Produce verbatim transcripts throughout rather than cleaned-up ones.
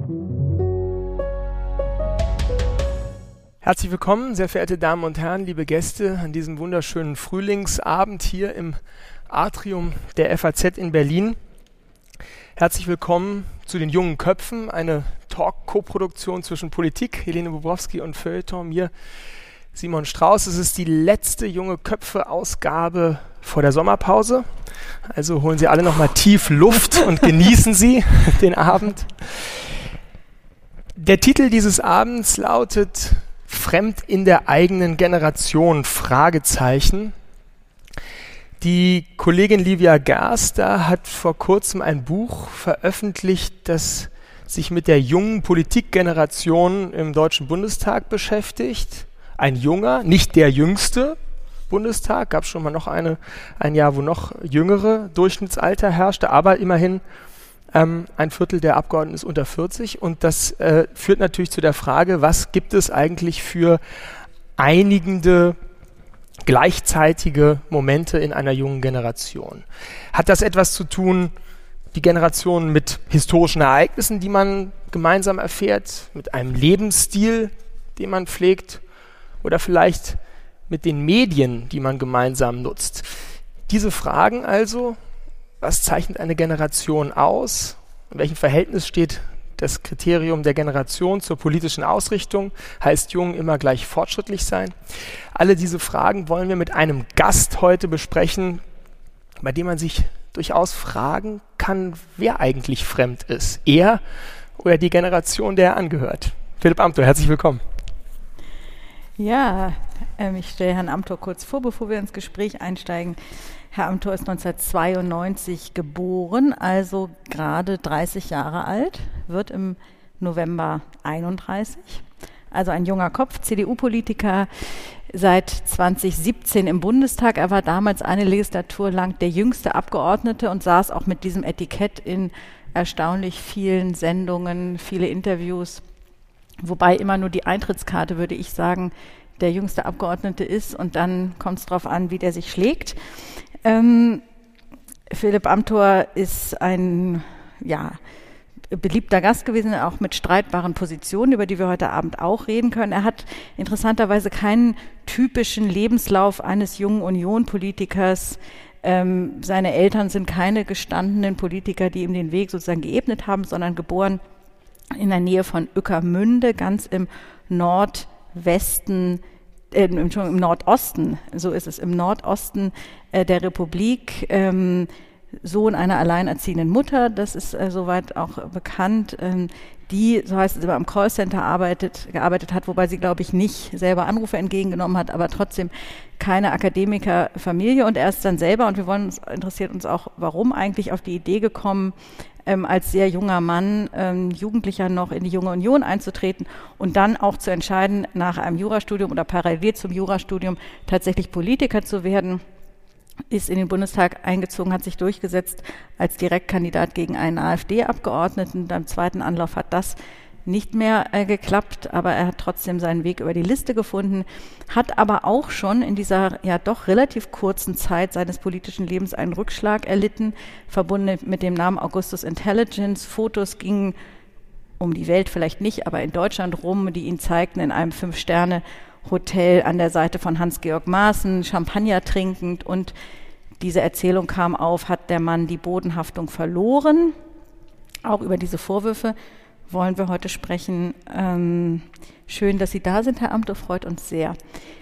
Herzlich willkommen, sehr verehrte Damen und Herren, liebe Gäste, an diesem wunderschönen Frühlingsabend hier im Atrium der F A Z in Berlin. Herzlich willkommen zu den jungen Köpfen, eine Talk-Koproduktion zwischen Politik, Helene Bobrowski und Feuilleton, mir, Simon Strauß. Es ist die letzte junge Köpfe-Ausgabe vor der Sommerpause. Also holen Sie alle nochmal tief Luft und genießen Sie den Abend. Der Titel dieses Abends lautet Fremd in der eigenen Generation, Fragezeichen. Die Kollegin Livia Gerster hat vor kurzem ein Buch veröffentlicht, das sich mit der jungen Politikgeneration im Deutschen Bundestag beschäftigt. Ein junger, nicht der jüngste Bundestag, gab es schon mal noch eine, ein Jahr, wo noch jüngere Durchschnittsalter herrschte, aber immerhin ähm, ein Viertel der Abgeordneten ist unter vierzig. Und das äh, führt natürlich zu der Frage, was gibt es eigentlich für einigende gleichzeitige Momente in einer jungen Generation? Hat das etwas zu tun, die Generation mit historischen Ereignissen, die man gemeinsam erfährt, mit einem Lebensstil, den man pflegt, oder vielleicht mit den Medien, die man gemeinsam nutzt? Diese Fragen also, was zeichnet eine Generation aus? In welchem Verhältnis steht das Kriterium der Generation zur politischen Ausrichtung? Heißt jung immer gleich fortschrittlich sein? Alle diese Fragen wollen wir mit einem Gast heute besprechen, bei dem man sich durchaus fragen kann, wer eigentlich fremd ist. Er oder die Generation, der er angehört. Philipp Amthor, herzlich willkommen. Ja, ähm, ich stelle Herrn Amthor kurz vor, bevor wir ins Gespräch einsteigen. Herr Amthor ist neunzehnhundertzweiundneunzig geboren, also gerade dreißig Jahre alt, wird im November einunddreißig. Also ein junger Kopf, C D U-Politiker, seit zweitausendsiebzehn im Bundestag. Er war damals eine Legislatur lang der jüngste Abgeordnete und saß auch mit diesem Etikett in erstaunlich vielen Sendungen, viele Interviews. Wobei immer nur die Eintrittskarte, würde ich sagen, der jüngste Abgeordnete ist, und dann kommt es darauf an, wie der sich schlägt. Ähm, Philipp Amthor ist ein ja, beliebter Gast gewesen, auch mit streitbaren Positionen, über die wir heute Abend auch reden können. Er hat interessanterweise keinen typischen Lebenslauf eines jungen Union-Politikers. Ähm, seine Eltern sind keine gestandenen Politiker, die ihm den Weg sozusagen geebnet haben, sondern geboren in der Nähe von Ueckermünde, ganz im Nordwesten, äh, im, im Nordosten, so ist es, im Nordosten äh, der Republik, ähm, Sohn einer alleinerziehenden Mutter, das ist äh, soweit auch bekannt, ähm, die, so heißt es immer, am Callcenter arbeitet, gearbeitet hat, wobei sie, glaube ich, nicht selber Anrufe entgegengenommen hat, aber trotzdem keine Akademikerfamilie, und er ist dann selber, und wir wollen uns, interessiert uns auch, warum eigentlich auf die Idee gekommen, Ähm, als sehr junger Mann, ähm, Jugendlicher noch in die Junge Union einzutreten und dann auch zu entscheiden, nach einem Jurastudium oder parallel zum Jurastudium tatsächlich Politiker zu werden, ist in den Bundestag eingezogen, hat sich durchgesetzt als Direktkandidat gegen einen AfD-Abgeordneten. Beim zweiten Anlauf hat das nicht mehr äh, geklappt, aber er hat trotzdem seinen Weg über die Liste gefunden, hat aber auch schon in dieser ja doch relativ kurzen Zeit seines politischen Lebens einen Rückschlag erlitten, verbunden mit dem Namen Augustus Intelligence. Fotos gingen um die Welt vielleicht nicht, aber in Deutschland rum, die ihn zeigten in einem Fünf-Sterne-Hotel an der Seite von Hans-Georg Maaßen, Champagner trinkend, und diese Erzählung kam auf, hat der Mann die Bodenhaftung verloren. Auch über diese Vorwürfe wollen wir heute sprechen. Ähm, schön, dass Sie da sind, Herr Amthor, freut uns sehr.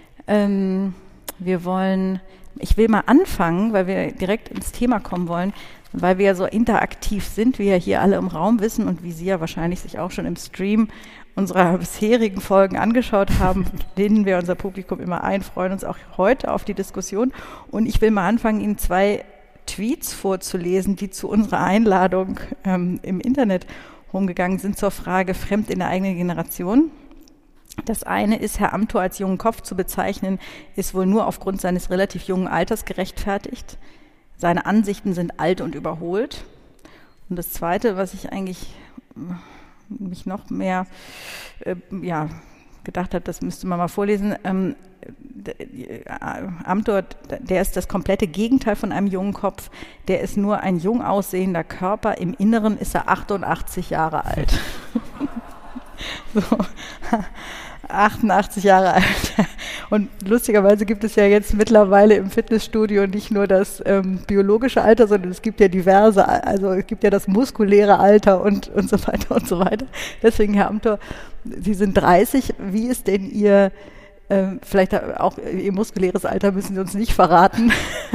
Ähm, wir wollen, ich will mal anfangen, weil wir direkt ins Thema kommen wollen, weil wir ja so interaktiv sind, wie ja hier alle im Raum wissen und wie Sie ja wahrscheinlich sich auch schon im Stream unserer bisherigen Folgen angeschaut haben, laden wir unser Publikum immer ein, freuen uns auch heute auf die Diskussion. Und ich will mal anfangen, Ihnen zwei Tweets vorzulesen, die zu unserer Einladung ähm, im Internet rumgegangen sind zur Frage Fremd in der eigenen Generation. Das eine ist, Herr Amthor als jungen Kopf zu bezeichnen, ist wohl nur aufgrund seines relativ jungen Alters gerechtfertigt. Seine Ansichten sind alt und überholt. Und das zweite, was ich eigentlich mich noch mehr äh, ja, gedacht habe, das müsste man mal vorlesen, ähm, Amthor, der ist das komplette Gegenteil von einem jungen Kopf. Der ist nur ein jung aussehender Körper. Im Inneren ist er achtundachtzig Jahre alt. so achtundachtzig Jahre alt. Und lustigerweise gibt es ja jetzt mittlerweile im Fitnessstudio nicht nur das ähm, biologische Alter, sondern es gibt ja diverse, also es gibt ja das muskuläre Alter und, und so weiter und so weiter. Deswegen, Herr Amthor, Sie sind dreißig. Wie ist denn Ihr, ähm, vielleicht auch Ihr muskuläres Alter müssen Sie uns nicht verraten,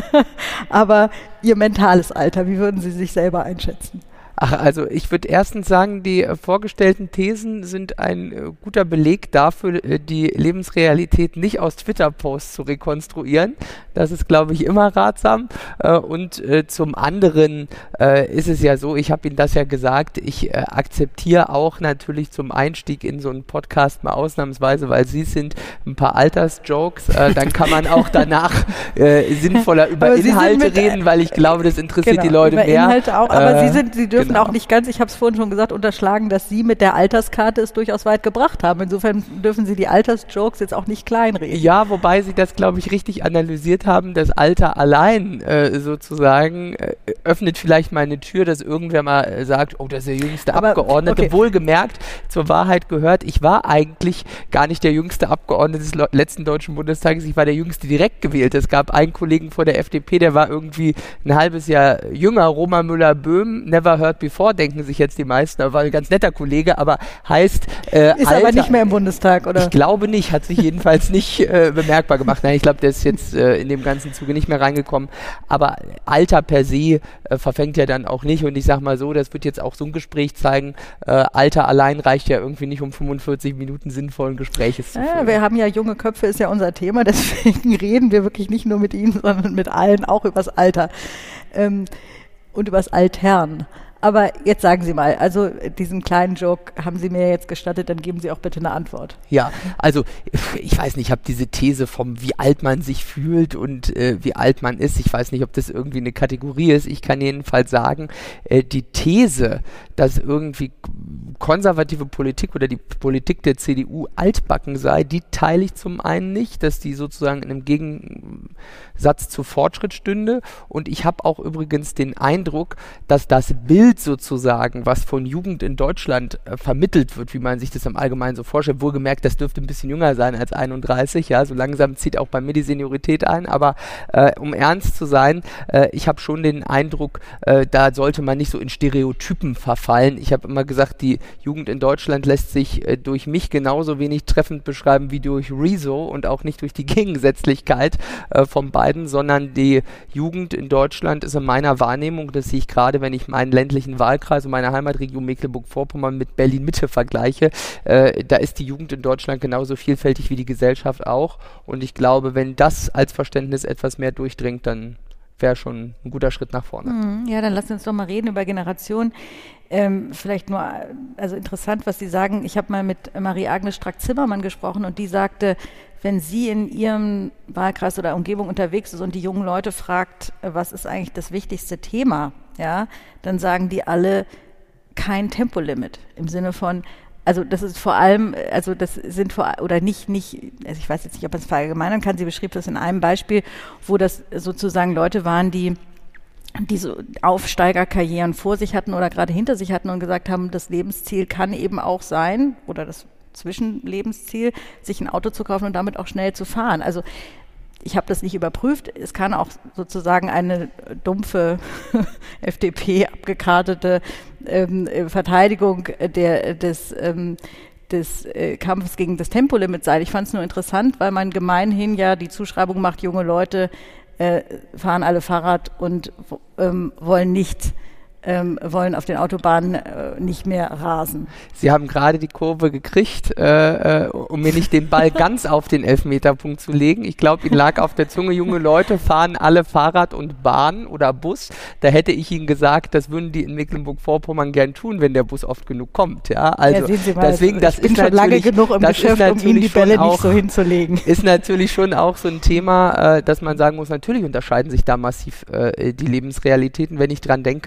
aber Ihr mentales Alter, wie würden Sie sich selber einschätzen? Ach, also ich würde erstens sagen, die äh, vorgestellten Thesen sind ein äh, guter Beleg dafür, äh, die Lebensrealität nicht aus Twitter-Posts zu rekonstruieren. Das ist, glaube ich, immer ratsam. Äh, und äh, zum anderen äh, ist es ja so, ich habe Ihnen das ja gesagt, ich äh, akzeptiere auch natürlich zum Einstieg in so einen Podcast mal ausnahmsweise, weil Sie sind ein paar Altersjokes, äh, dann kann man auch danach äh, sinnvoller über aber Inhalte reden, weil ich glaube, das interessiert genau, die Leute über mehr. Inhalte auch, aber äh, Sie sind, Sie dürfen genau. auch nicht ganz, ich habe es vorhin schon gesagt, unterschlagen, dass Sie mit der Alterskarte es durchaus weit gebracht haben. Insofern dürfen Sie die Altersjokes jetzt auch nicht kleinreden. Ja, wobei Sie das, glaube ich, richtig analysiert haben. Das Alter allein äh, sozusagen äh, öffnet vielleicht mal eine Tür, dass irgendwer mal äh, sagt, oh, das ist der jüngste Aber, Abgeordnete. okay. Wohlgemerkt, zur Wahrheit gehört, ich war eigentlich gar nicht der jüngste Abgeordnete des letzten Deutschen Bundestages, ich war der jüngste direkt gewählte. Es gab einen Kollegen vor der F D P, der war irgendwie ein halbes Jahr jünger, Roman Müller-Böhm, never heard before, denken sich jetzt die meisten, er war ein ganz netter Kollege, aber heißt äh, Ist Alter, aber nicht mehr im Bundestag, oder? Ich glaube nicht, hat sich jedenfalls nicht äh, bemerkbar gemacht. Nein, ich glaube, der ist jetzt äh, in dem ganzen Zuge nicht mehr reingekommen, aber Alter per se äh, verfängt ja dann auch nicht und ich sag mal so, das wird jetzt auch so ein Gespräch zeigen, äh, Alter allein reicht ja irgendwie nicht, um fünfundvierzig Minuten sinnvollen Gespräches zu führen. Ja, wir haben ja junge Köpfe, ist ja unser Thema, deswegen reden wir wirklich nicht nur mit Ihnen, sondern mit allen, auch übers Alter ähm, und übers Altern. Aber jetzt sagen Sie mal, also diesen kleinen Joke haben Sie mir jetzt gestattet, dann geben Sie auch bitte eine Antwort. Ja, also ich weiß nicht, ich habe diese These vom, wie alt man sich fühlt und äh, wie alt man ist, ich weiß nicht, ob das irgendwie eine Kategorie ist. Ich kann jedenfalls sagen, äh, die These, dass irgendwie konservative Politik oder die Politik der C D U altbacken sei, die teile ich zum einen nicht, dass die sozusagen in einem Gegensatz zu Fortschritt stünde. Und ich habe auch übrigens den Eindruck, dass das Bild sozusagen, was von Jugend in Deutschland äh, vermittelt wird, wie man sich das im Allgemeinen so vorstellt, wohlgemerkt, das dürfte ein bisschen jünger sein als einunddreißig, ja, so langsam zieht auch bei mir die Seniorität ein, aber äh, um ernst zu sein, äh, ich habe schon den Eindruck, äh, da sollte man nicht so in Stereotypen verfallen. Ich habe immer gesagt, die Jugend in Deutschland lässt sich äh, durch mich genauso wenig treffend beschreiben wie durch Rezo und auch nicht durch die Gegensätzlichkeit äh, von beiden, sondern die Jugend in Deutschland ist in meiner Wahrnehmung, das sehe ich gerade, wenn ich meinen ländlichen Wahlkreis und meine Heimatregion Mecklenburg-Vorpommern mit Berlin-Mitte vergleiche, äh, da ist die Jugend in Deutschland genauso vielfältig wie die Gesellschaft auch und ich glaube, wenn das als Verständnis etwas mehr durchdringt, dann wäre schon ein guter Schritt nach vorne. Ja, dann lassen wir uns doch mal reden über Generationen. Ähm, vielleicht nur, also interessant, was Sie sagen. Ich habe mal mit Marie-Agnes Strack-Zimmermann gesprochen und die sagte, wenn sie in ihrem Wahlkreis oder Umgebung unterwegs ist und die jungen Leute fragt, was ist eigentlich das wichtigste Thema, ja, dann sagen die alle kein Tempolimit im Sinne von, also das ist vor allem, also das sind vor, oder nicht, nicht, also ich weiß jetzt nicht, ob man es verallgemeinern kann, sie beschrieb das in einem Beispiel, wo das sozusagen Leute waren, die diese Aufsteigerkarrieren vor sich hatten oder gerade hinter sich hatten und gesagt haben, das Lebensziel kann eben auch sein, oder das Zwischenlebensziel, sich ein Auto zu kaufen und damit auch schnell zu fahren. Also ich habe das nicht überprüft. Es kann auch sozusagen eine dumpfe F D P abgekartete ähm, Verteidigung der, des, ähm, des äh, Kampfes gegen das Tempolimit sein. Ich fand es nur interessant, weil man gemeinhin ja die Zuschreibung macht, junge Leute äh, fahren alle Fahrrad und ähm, wollen nicht Ähm, wollen auf den Autobahnen äh, nicht mehr rasen. Sie haben gerade die Kurve gekriegt, äh, äh, um mir nicht den Ball ganz auf den Elfmeterpunkt zu legen. Ich glaube, Ihnen lag auf der Zunge, junge Leute fahren alle Fahrrad und Bahn oder Bus. Da hätte ich Ihnen gesagt, das würden die in Mecklenburg-Vorpommern gern tun, wenn der Bus oft genug kommt. Ja, also ja, sehen Sie mal, deswegen, das ich bin ist schon lange genug im Geschäft, um Ihnen die Bälle auch, nicht so hinzulegen. Ist natürlich schon auch so ein Thema, äh, dass man sagen muss, natürlich unterscheiden sich da massiv äh, die Lebensrealitäten. Wenn ich dran denke,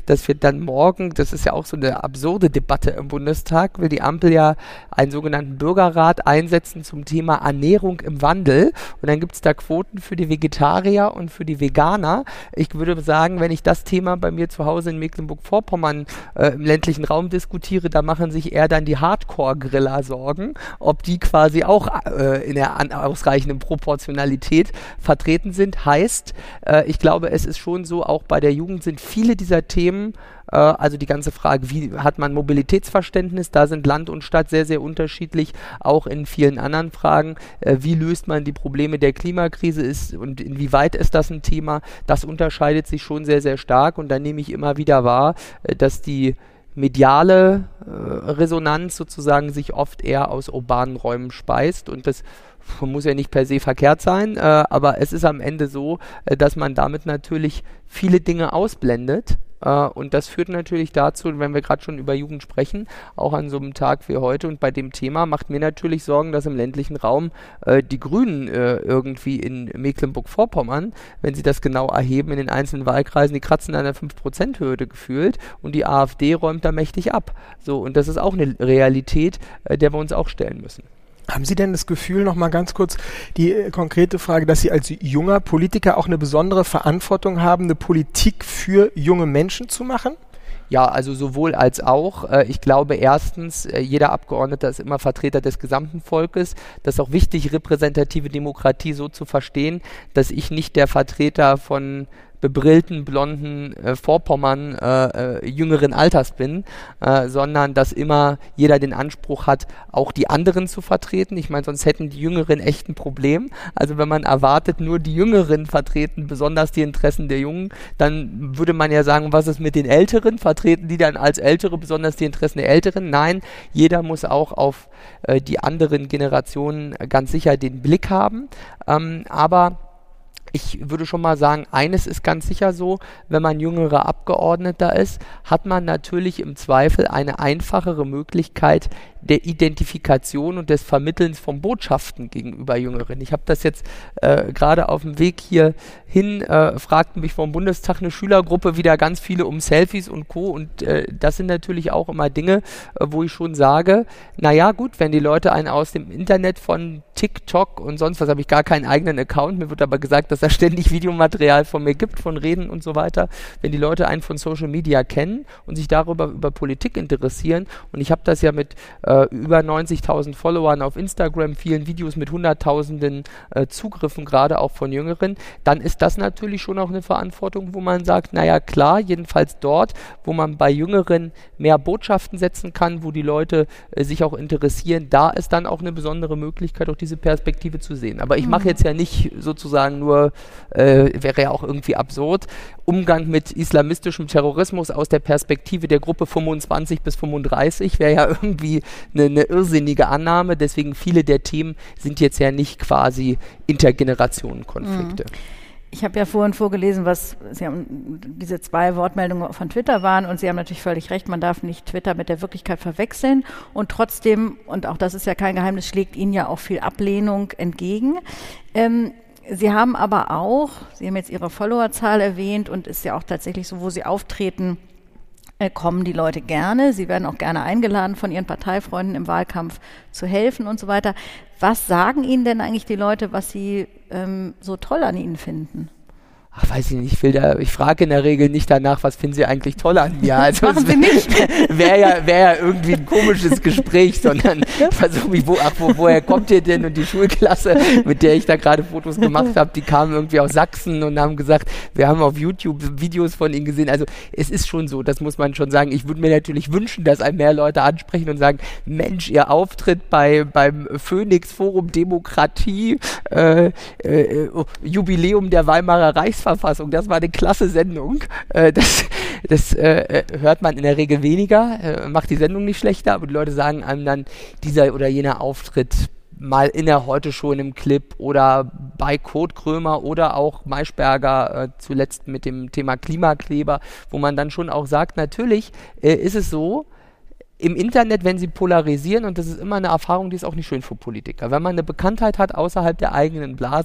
dass wir dann morgen, das ist ja auch so eine absurde Debatte im Bundestag, will die Ampel ja einen sogenannten Bürgerrat einsetzen zum Thema Ernährung im Wandel. Und dann gibt es da Quoten für die Vegetarier und für die Veganer. Ich würde sagen, wenn ich das Thema bei mir zu Hause in Mecklenburg-Vorpommern äh, im ländlichen Raum diskutiere, da machen sich eher dann die Hardcore-Griller Sorgen, ob die quasi auch äh, in der an, ausreichenden Proportionalität vertreten sind. Heißt, äh, ich glaube, es ist schon so, auch bei der Jugend sind viele dieser Themen, äh, also die ganze Frage, wie hat man Mobilitätsverständnis, da sind Land und Stadt sehr, sehr unterschiedlich, auch in vielen anderen Fragen, äh, wie löst man die Probleme der Klimakrise ist und inwieweit ist das ein Thema, das unterscheidet sich schon sehr, sehr stark und da nehme ich immer wieder wahr, äh, dass die mediale äh, Resonanz sozusagen sich oft eher aus urbanen Räumen speist und das muss ja nicht per se verkehrt sein, äh, aber es ist am Ende so, äh, dass man damit natürlich viele Dinge ausblendet äh, und das führt natürlich dazu, wenn wir gerade schon über Jugend sprechen, auch an so einem Tag wie heute und bei dem Thema macht mir natürlich Sorgen, dass im ländlichen Raum äh, die Grünen äh, irgendwie in Mecklenburg-Vorpommern, wenn sie das genau erheben in den einzelnen Wahlkreisen, die kratzen an der fünf Prozent Hürde gefühlt und die AfD räumt da mächtig ab. So, und das ist auch eine Realität, äh, der wir uns auch stellen müssen. Haben Sie denn das Gefühl, noch mal ganz kurz die äh, konkrete Frage, dass Sie als junger Politiker auch eine besondere Verantwortung haben, eine Politik für junge Menschen zu machen? Ja, also sowohl als auch. Äh, ich glaube erstens, äh, jeder Abgeordnete ist immer Vertreter des gesamten Volkes. Das ist auch wichtig, repräsentative Demokratie so zu verstehen, dass ich nicht der Vertreter von bebrillten, blonden äh, Vorpommern äh, äh, jüngeren Alters bin, äh, sondern dass immer jeder den Anspruch hat, auch die anderen zu vertreten. Ich meine, sonst hätten die Jüngeren echt ein Problem. Also wenn man erwartet, nur die Jüngeren vertreten besonders die Interessen der Jungen, dann würde man ja sagen, was ist mit den Älteren? Vertreten die dann als Ältere besonders die Interessen der Älteren? Nein, jeder muss auch auf äh, die anderen Generationen ganz sicher den Blick haben. Ähm, aber ich würde schon mal sagen, eines ist ganz sicher so, wenn man jüngerer Abgeordneter ist, hat man natürlich im Zweifel eine einfachere Möglichkeit der Identifikation und des Vermittelns von Botschaften gegenüber Jüngeren. Ich habe das jetzt äh, gerade auf dem Weg hier hin, äh, fragten mich vom Bundestag eine Schülergruppe wieder ganz viele um Selfies und Co. Und äh, das sind natürlich auch immer Dinge, äh, wo ich schon sage, naja gut, wenn die Leute einen aus dem Internet von TikTok und sonst was, habe ich gar keinen eigenen Account, mir wird aber gesagt, dass da ständig Videomaterial von mir gibt, von Reden und so weiter, wenn die Leute einen von Social Media kennen und sich darüber über Politik interessieren und ich habe das ja mit äh, über neunzigtausend Followern auf Instagram, vielen Videos mit hunderttausenden äh, Zugriffen, gerade auch von Jüngeren, dann ist das natürlich schon auch eine Verantwortung, wo man sagt, naja klar, jedenfalls dort, wo man bei Jüngeren mehr Botschaften setzen kann, wo die Leute äh, sich auch interessieren, da ist dann auch eine besondere Möglichkeit, auch diese Perspektive zu sehen. Aber ich mhm. mache jetzt ja nicht sozusagen nur, äh, wäre ja auch irgendwie absurd, Umgang mit islamistischem Terrorismus aus der Perspektive der Gruppe fünfundzwanzig bis fünfunddreißig wäre ja irgendwie eine, eine irrsinnige Annahme. Deswegen viele der Themen sind jetzt ja nicht quasi Intergenerationenkonflikte. Mhm. Ich habe ja vorhin vorgelesen, was Sie haben, diese zwei Wortmeldungen von Twitter waren und Sie haben natürlich völlig recht, man darf nicht Twitter mit der Wirklichkeit verwechseln und trotzdem, und auch das ist ja kein Geheimnis, schlägt Ihnen ja auch viel Ablehnung entgegen. Ähm, Sie haben aber auch, Sie haben jetzt Ihre Followerzahl erwähnt und ist ja auch tatsächlich so, wo Sie auftreten, äh, kommen die Leute gerne. Sie werden auch gerne eingeladen von Ihren Parteifreunden im Wahlkampf zu helfen und so weiter. Was sagen Ihnen denn eigentlich die Leute, was Sie ähm, so toll an Ihnen finden? Ach, weiß ich nicht, ich will da, ich frage in der Regel nicht danach, was finden Sie eigentlich toll an mir? Also machen Sie nicht. Wäre ja, wär ja irgendwie ein komisches Gespräch, sondern versuche mich, wo, ach, wo, woher kommt ihr denn? Und die Schulklasse, mit der ich da gerade Fotos gemacht habe, die kamen irgendwie aus Sachsen und haben gesagt, wir haben auf YouTube Videos von Ihnen gesehen. Also es ist schon so, das muss man schon sagen. Ich würde mir natürlich wünschen, dass einem mehr Leute ansprechen und sagen, Mensch, Ihr Auftritt bei, beim Phoenix Forum Demokratie, äh, äh, Jubiläum der Weimarer Reichsverfassung, das war eine klasse Sendung. Äh, das das äh, hört man in der Regel weniger, äh, macht die Sendung nicht schlechter, aber die Leute sagen einem dann, dieser oder jener Auftritt mal in der Heute-Show in einem Clip oder bei Kurt Krömer oder auch Maischberger äh, zuletzt mit dem Thema Klimakleber, wo man dann schon auch sagt, natürlich äh, ist es so, im Internet, wenn sie polarisieren, und das ist immer eine Erfahrung, die ist auch nicht schön für Politiker, wenn man eine Bekanntheit hat außerhalb der eigenen Blase,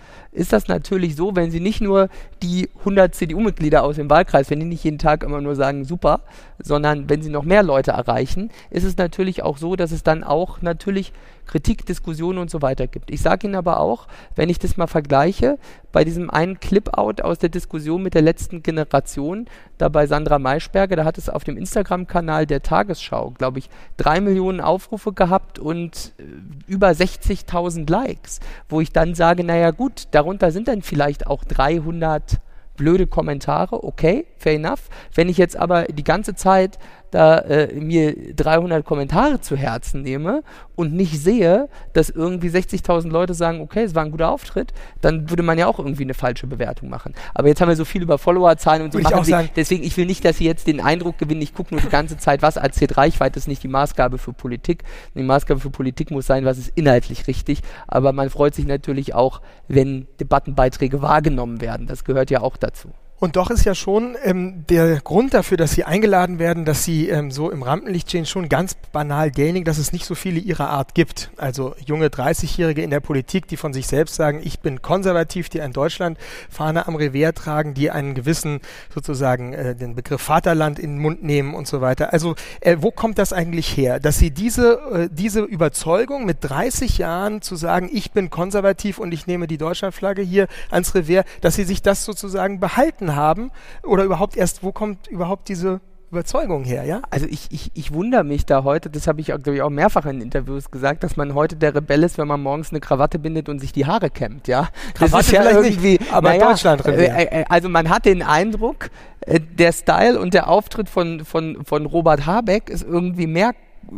ist das natürlich so, wenn sie nicht nur die hundert C D U-Mitglieder aus dem Wahlkreis, wenn die nicht jeden Tag immer nur sagen, super, sondern wenn sie noch mehr Leute erreichen, ist es natürlich auch so, dass es dann auch natürlich Kritik, Diskussionen und so weiter gibt. Ich sage Ihnen aber auch, wenn ich das mal vergleiche, bei diesem einen Clip-Out aus der Diskussion mit der letzten Generation, da bei Sandra Maischberger, da hat es auf dem Instagram-Kanal der Tagesschau, glaube ich, drei Millionen Aufrufe gehabt und äh, über sechzigtausend Likes, wo ich dann sage, naja gut, darunter sind dann vielleicht auch dreihundert blöde Kommentare, okay, fair enough. Wenn ich jetzt aber die ganze Zeit da äh, mir dreihundert Kommentare zu Herzen nehme und nicht sehe, dass irgendwie sechzigtausend Leute sagen, okay, es war ein guter Auftritt, dann würde man ja auch irgendwie eine falsche Bewertung machen. Aber jetzt haben wir so viel über Followerzahlen und so Würde ich machen auch Sie, sagen. deswegen, ich will nicht, dass Sie jetzt den Eindruck gewinnen, ich gucke nur die ganze Zeit, was erzählt. Reichweite ist nicht die Maßgabe für Politik. Die Maßgabe für Politik muss sein, was ist inhaltlich richtig. Aber man freut sich natürlich auch, wenn Debattenbeiträge wahrgenommen werden. Das gehört ja auch dazu. Und doch ist ja schon ähm, der Grund dafür, dass Sie eingeladen werden, dass Sie ähm, so im Rampenlicht stehen, schon ganz banal derjenige, dass es nicht so viele Ihrer Art gibt. Also junge dreißigjährige in der Politik, die von sich selbst sagen, ich bin konservativ, die ein Deutschlandfahne am Revers tragen, die einen gewissen, sozusagen, äh, den Begriff Vaterland in den Mund nehmen und so weiter. Also äh, wo kommt das eigentlich her, dass Sie diese, äh, diese Überzeugung mit dreißig Jahren zu sagen, ich bin konservativ und ich nehme die Deutschlandflagge hier ans Revers, dass Sie sich das sozusagen behalten haben oder überhaupt erst, wo kommt überhaupt diese Überzeugung her, ja? Also ich, ich, ich wundere mich da heute, das habe ich, glaube ich, auch mehrfach in Interviews gesagt, dass man heute der Rebell ist, wenn man morgens eine Krawatte bindet und sich die Haare kämmt, ja? Krawatte das ist ja vielleicht irgendwie, nicht, aber naja, Deutschland-Revier. Äh, äh, also man hat den Eindruck, äh, der Style und der Auftritt von, von, von Robert Habeck ist irgendwie mehr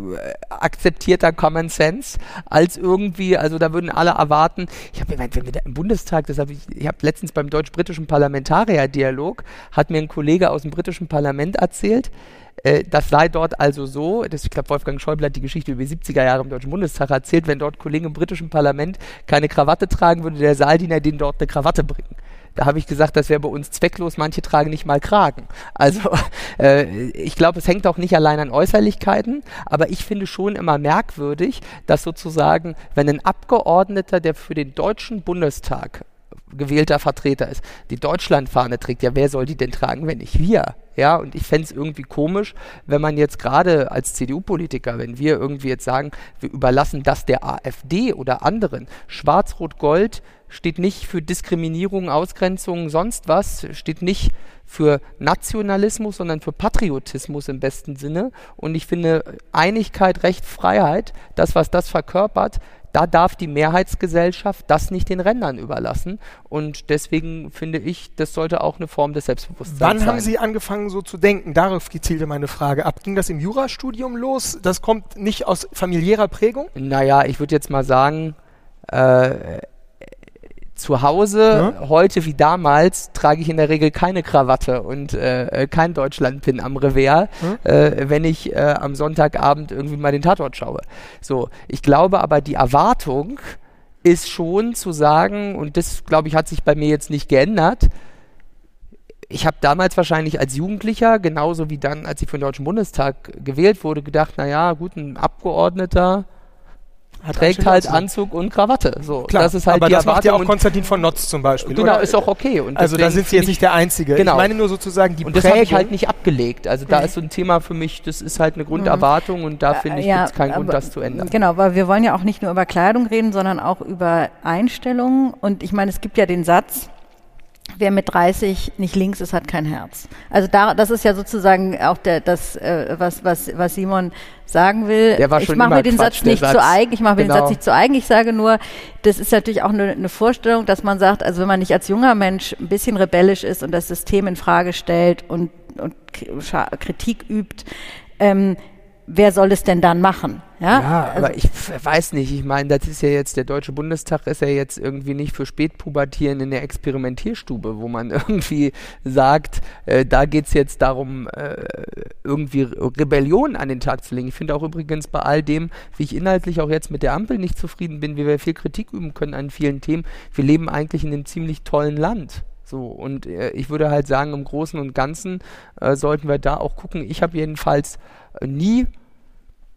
akzeptierter Common Sense als irgendwie, also da würden alle erwarten, ich habe wenn wir da im Bundestag, das habe ich, ich habe letztens beim deutsch-britischen Parlamentarierdialog, hat mir ein Kollege aus dem britischen Parlament erzählt, äh, das sei dort also so, das, ich glaube Wolfgang Schäuble hat die Geschichte über die siebziger Jahre im Deutschen Bundestag erzählt, wenn dort Kollegen im britischen Parlament keine Krawatte tragen, würde der Saaldiener denen dort eine Krawatte bringen. Da habe ich gesagt, das wäre bei uns zwecklos, manche tragen nicht mal Kragen. Also äh, ich glaube, es hängt auch nicht allein an Äußerlichkeiten, aber ich finde schon immer merkwürdig, dass sozusagen, wenn ein Abgeordneter, der für den Deutschen Bundestag gewählter Vertreter ist, die Deutschlandfahne trägt, ja, wer soll die denn tragen, wenn nicht wir? Ja, und ich fände es irgendwie komisch, wenn man jetzt gerade als C D U-Politiker, wenn wir irgendwie jetzt sagen, wir überlassen das der AfD oder anderen. Schwarz-Rot-Gold steht nicht für Diskriminierung, Ausgrenzung, sonst was, steht nicht für Nationalismus, sondern für Patriotismus im besten Sinne. Und ich finde Einigkeit, Recht, Freiheit, das, was das verkörpert, da darf die Mehrheitsgesellschaft das nicht den Rändern überlassen. Und deswegen finde ich, das sollte auch eine Form des Selbstbewusstseins sein. Wann sein. haben Sie angefangen so zu denken? Darauf zielte meine Frage ab. Ging das im Jurastudium los? Das kommt nicht aus familiärer Prägung? Naja, ich würde jetzt mal sagen, äh, zu Hause, ja. Heute wie damals, trage ich in der Regel keine Krawatte und äh, kein Deutschlandpin am Revers, ja. äh, wenn ich äh, am Sonntagabend irgendwie mal den Tatort schaue. So, ich glaube aber, die Erwartung ist schon zu sagen, und das, glaube ich, hat sich bei mir jetzt nicht geändert, ich habe damals wahrscheinlich als Jugendlicher, genauso wie dann, als ich für den Deutschen Bundestag gewählt wurde, gedacht, naja, gut, ein Abgeordneter Hat trägt halt Anzug. Anzug und Krawatte. So, Klar, das ist halt aber die das macht ja auch Erwartung Konstantin von Notz zum Beispiel. Genau, oder? Ist auch okay. Und also da sind Sie jetzt nicht der Einzige. Genau. Ich meine nur sozusagen die Und das Prägung. habe ich halt nicht abgelegt. Also da ist so ein Thema für mich, das ist halt eine Grunderwartung und da finde ich, ja, gibt es keinen aber, Grund, das zu ändern. Genau, weil wir wollen ja auch nicht nur über Kleidung reden, sondern auch über Einstellungen. Und ich meine, es gibt ja den Satz, wer mit dreißig nicht links ist, hat kein Herz. Also da, das ist ja sozusagen auch der, das, äh, was, was, was Simon sagen will. Der war schon ich mache mir den Quatsch, Satz nicht Satz. zu eigen. Ich mache mir Genau. den Satz nicht zu eigen. Ich sage nur, das ist natürlich auch eine, eine Vorstellung, dass man sagt, also wenn man nicht als junger Mensch ein bisschen rebellisch ist und das System in Frage stellt und, und Kritik übt, ähm, wer soll es denn dann machen? Ja, ja also aber ich weiß nicht, ich meine, das ist ja jetzt, der Deutsche Bundestag ist ja jetzt irgendwie nicht für Spätpubertieren in der Experimentierstube, wo man irgendwie sagt, äh, da geht es jetzt darum, äh, irgendwie Rebellion an den Tag zu legen. Ich finde auch übrigens bei all dem, wie ich inhaltlich auch jetzt mit der Ampel nicht zufrieden bin, wie wir viel Kritik üben können an vielen Themen, wir leben eigentlich in einem ziemlich tollen Land. So, und äh, ich würde halt sagen, im Großen und Ganzen äh, sollten wir da auch gucken. Ich habe jedenfalls äh, nie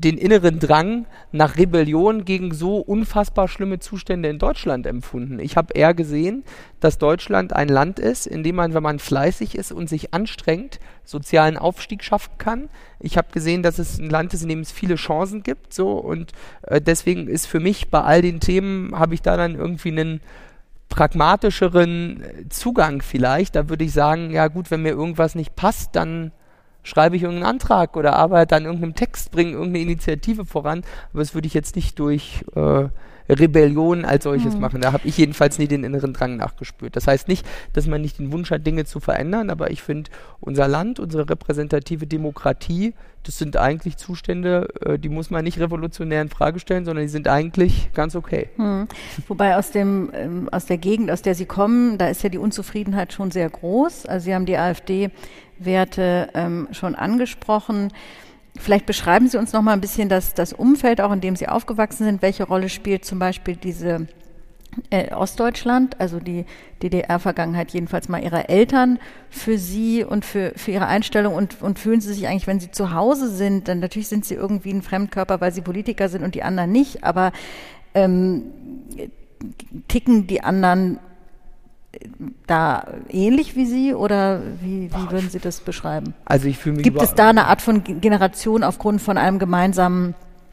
den inneren Drang nach Rebellion gegen so unfassbar schlimme Zustände in Deutschland empfunden. Ich habe eher gesehen, dass Deutschland ein Land ist, in dem man, wenn man fleißig ist und sich anstrengt, sozialen Aufstieg schaffen kann. Ich habe gesehen, dass es ein Land ist, in dem es viele Chancen gibt. So, und äh, deswegen ist für mich bei all den Themen, habe ich da dann irgendwie einen pragmatischeren Zugang vielleicht. Da würde ich sagen, ja gut, wenn mir irgendwas nicht passt, dann schreibe ich irgendeinen Antrag oder arbeite an irgendeinem Text, bringe irgendeine Initiative voran. Aber das würde ich jetzt nicht durch äh, Rebellion als solches mhm. machen. Da habe ich jedenfalls nie den inneren Drang nachgespürt. Das heißt nicht, dass man nicht den Wunsch hat, Dinge zu verändern, aber ich finde, unser Land, unsere repräsentative Demokratie, das sind eigentlich Zustände, äh, die muss man nicht revolutionär in Frage stellen, sondern die sind eigentlich ganz okay. Mhm. Wobei aus dem ähm, aus der Gegend, aus der Sie kommen, da ist ja die Unzufriedenheit schon sehr groß. Also Sie haben die AfD-Werte ähm, schon angesprochen. Vielleicht beschreiben Sie uns noch mal ein bisschen das, das Umfeld, auch in dem Sie aufgewachsen sind. Welche Rolle spielt zum Beispiel diese äh, Ostdeutschland, also die D D R-Vergangenheit jedenfalls mal Ihrer Eltern für Sie und für, für Ihre Einstellung? Und, und fühlen Sie sich eigentlich, wenn Sie zu Hause sind, dann natürlich sind Sie irgendwie ein Fremdkörper, weil Sie Politiker sind und die anderen nicht, aber ähm, ticken die anderen da ähnlich wie Sie oder wie, wie würden Sie das beschreiben? Also ich fühle mich Gibt es da eine Art von Generation aufgrund von einem gemeinsamen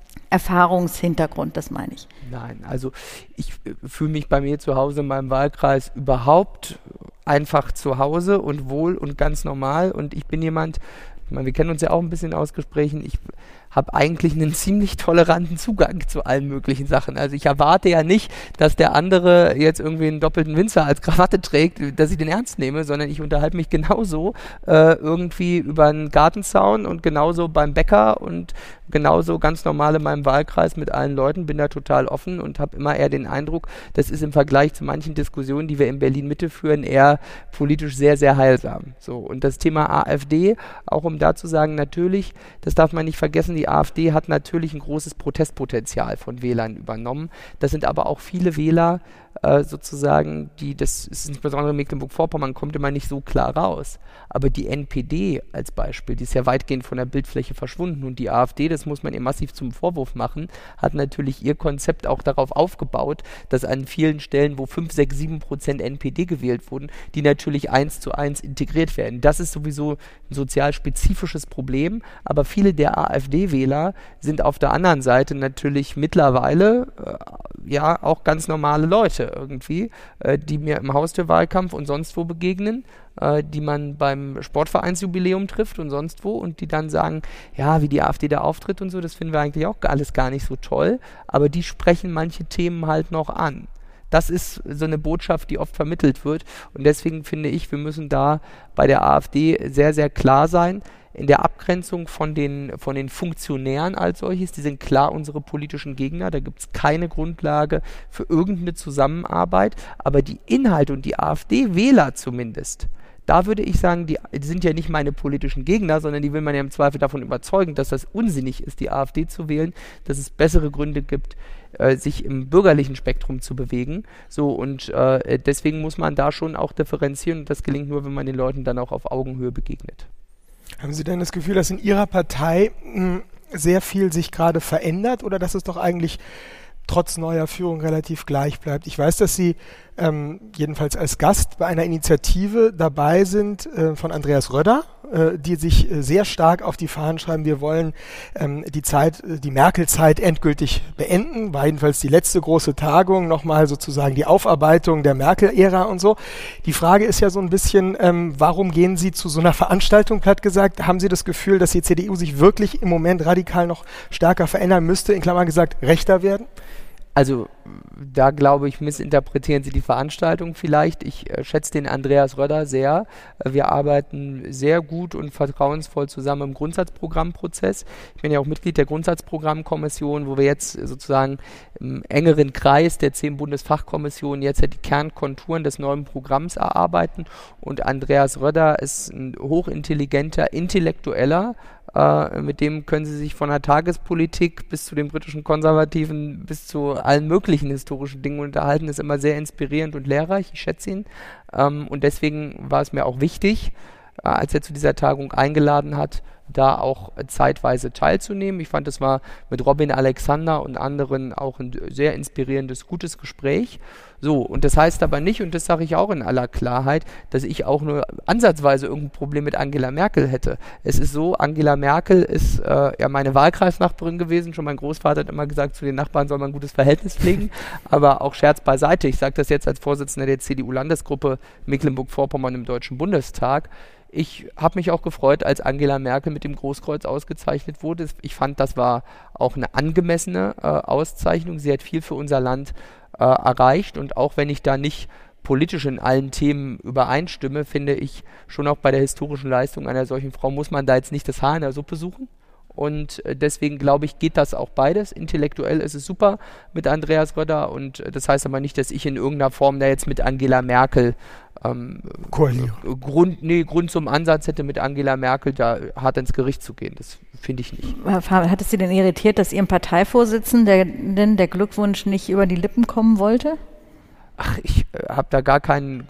Erfahrungshintergrund, das meine ich? Nein, also ich fühle mich bei mir zu Hause in meinem Wahlkreis überhaupt einfach zu Hause und wohl und ganz normal, und ich bin jemand, ich meine, wir kennen uns ja auch ein bisschen aus Gesprächen, ich habe eigentlich einen ziemlich toleranten Zugang zu allen möglichen Sachen. Also ich erwarte ja nicht, dass der andere jetzt irgendwie einen doppelten Winzer als Krawatte trägt, dass ich den ernst nehme, sondern ich unterhalte mich genauso äh, irgendwie über einen Gartenzaun und genauso beim Bäcker und genauso ganz normal in meinem Wahlkreis mit allen Leuten, bin da total offen und habe immer eher den Eindruck, das ist im Vergleich zu manchen Diskussionen, die wir in Berlin-Mitte führen, eher politisch sehr, sehr heilsam. So, und das Thema AfD, auch um da zu sagen, natürlich, das darf man nicht vergessen, die AfD hat natürlich ein großes Protestpotenzial von Wählern übernommen. Das sind aber auch viele Wähler äh, sozusagen, die, das ist insbesondere in Mecklenburg-Vorpommern, kommt immer nicht so klar raus. Aber die N P D als Beispiel, die ist ja weitgehend von der Bildfläche verschwunden, und die AfD, das muss man ihr massiv zum Vorwurf machen, hat natürlich ihr Konzept auch darauf aufgebaut, dass an vielen Stellen, wo fünf, sechs, sieben Prozent N P D gewählt wurden, die natürlich eins zu eins integriert werden. Das ist sowieso ein sozial spezifisches Problem, aber viele der AfD-Wähler sind auf der anderen Seite natürlich mittlerweile äh, ja auch ganz normale Leute irgendwie, äh, die mir im Haustürwahlkampf und sonst wo begegnen, äh, die man beim Sportvereinsjubiläum trifft und sonst wo, und die dann sagen, ja, wie die AfD da auftritt und so, das finden wir eigentlich auch alles gar nicht so toll, aber die sprechen manche Themen halt noch an. Das ist so eine Botschaft, die oft vermittelt wird, und deswegen finde ich, wir müssen da bei der AfD sehr, sehr klar sein, in der Abgrenzung von den, von den Funktionären als solches. Die sind klar unsere politischen Gegner, da gibt es keine Grundlage für irgendeine Zusammenarbeit, aber die Inhalte und die AfD-Wähler zumindest, da würde ich sagen, die, die sind ja nicht meine politischen Gegner, sondern die will man ja im Zweifel davon überzeugen, dass das unsinnig ist, die AfD zu wählen, dass es bessere Gründe gibt, äh, sich im bürgerlichen Spektrum zu bewegen. So, und äh, deswegen muss man da schon auch differenzieren, und das gelingt nur, wenn man den Leuten dann auch auf Augenhöhe begegnet. Haben Sie denn das Gefühl, dass in Ihrer Partei mh, sehr viel sich gerade verändert, oder dass es doch eigentlich trotz neuer Führung relativ gleich bleibt? Ich weiß, dass Sie ähm, jedenfalls als Gast bei einer Initiative dabei sind äh, von Andreas Röder, äh, die sich äh, sehr stark auf die Fahnen schreiben, wir wollen ähm, die Zeit, äh, die Merkel-Zeit endgültig beenden, war jedenfalls die letzte große Tagung, nochmal sozusagen die Aufarbeitung der Merkel-Ära und so. Die Frage ist ja so ein bisschen, ähm, warum gehen Sie zu so einer Veranstaltung, platt gesagt? Haben Sie das Gefühl, dass die C D U sich wirklich im Moment radikal noch stärker verändern müsste, in Klammern gesagt, rechter werden? Also da glaube ich, missinterpretieren Sie die Veranstaltung vielleicht. Ich äh, schätze den Andreas Röder sehr. Äh, wir arbeiten sehr gut und vertrauensvoll zusammen im Grundsatzprogrammprozess. Ich bin ja auch Mitglied der Grundsatzprogrammkommission, wo wir jetzt sozusagen im engeren Kreis der zehn Bundesfachkommissionen jetzt ja die Kernkonturen des neuen Programms erarbeiten. Und Andreas Röder ist ein hochintelligenter Intellektueller. Uh, mit dem können Sie sich von der Tagespolitik bis zu den britischen Konservativen bis zu allen möglichen historischen Dingen unterhalten. Das ist immer sehr inspirierend und lehrreich. Ich schätze ihn. Um, und deswegen war es mir auch wichtig, uh, als er zu dieser Tagung eingeladen hat, da auch zeitweise teilzunehmen. Ich fand, das war mit Robin Alexander und anderen auch ein sehr inspirierendes, gutes Gespräch. So, und das heißt aber nicht, und das sage ich auch in aller Klarheit, dass ich auch nur ansatzweise irgendein Problem mit Angela Merkel hätte. Es ist so, Angela Merkel ist äh, ja meine Wahlkreisnachbarin gewesen. Schon mein Großvater hat immer gesagt, zu den Nachbarn soll man ein gutes Verhältnis pflegen. Aber auch Scherz beiseite. Ich sage das jetzt als Vorsitzender der C D U-Landesgruppe Mecklenburg-Vorpommern im Deutschen Bundestag. Ich habe mich auch gefreut, als Angela Merkel mit dem Großkreuz ausgezeichnet wurde. Ich fand, das war auch eine angemessene äh, Auszeichnung. Sie hat viel für unser Land äh, erreicht. Und auch wenn ich da nicht politisch in allen Themen übereinstimme, finde ich, schon auch bei der historischen Leistung einer solchen Frau muss man da jetzt nicht das Haar in der Suppe suchen. Und äh, deswegen glaube ich, geht das auch beides. Intellektuell ist es super mit Andreas Röder. Und äh, das heißt aber nicht, dass ich in irgendeiner Form da jetzt mit Angela Merkel Ähm, Grund, nee, Grund zum Ansatz hätte, mit Angela Merkel da hart ins Gericht zu gehen. Das finde ich nicht. Hat es Sie denn irritiert, dass Ihrem Parteivorsitzenden der, der Glückwunsch nicht über die Lippen kommen wollte? Ach, ich äh, habe da gar keine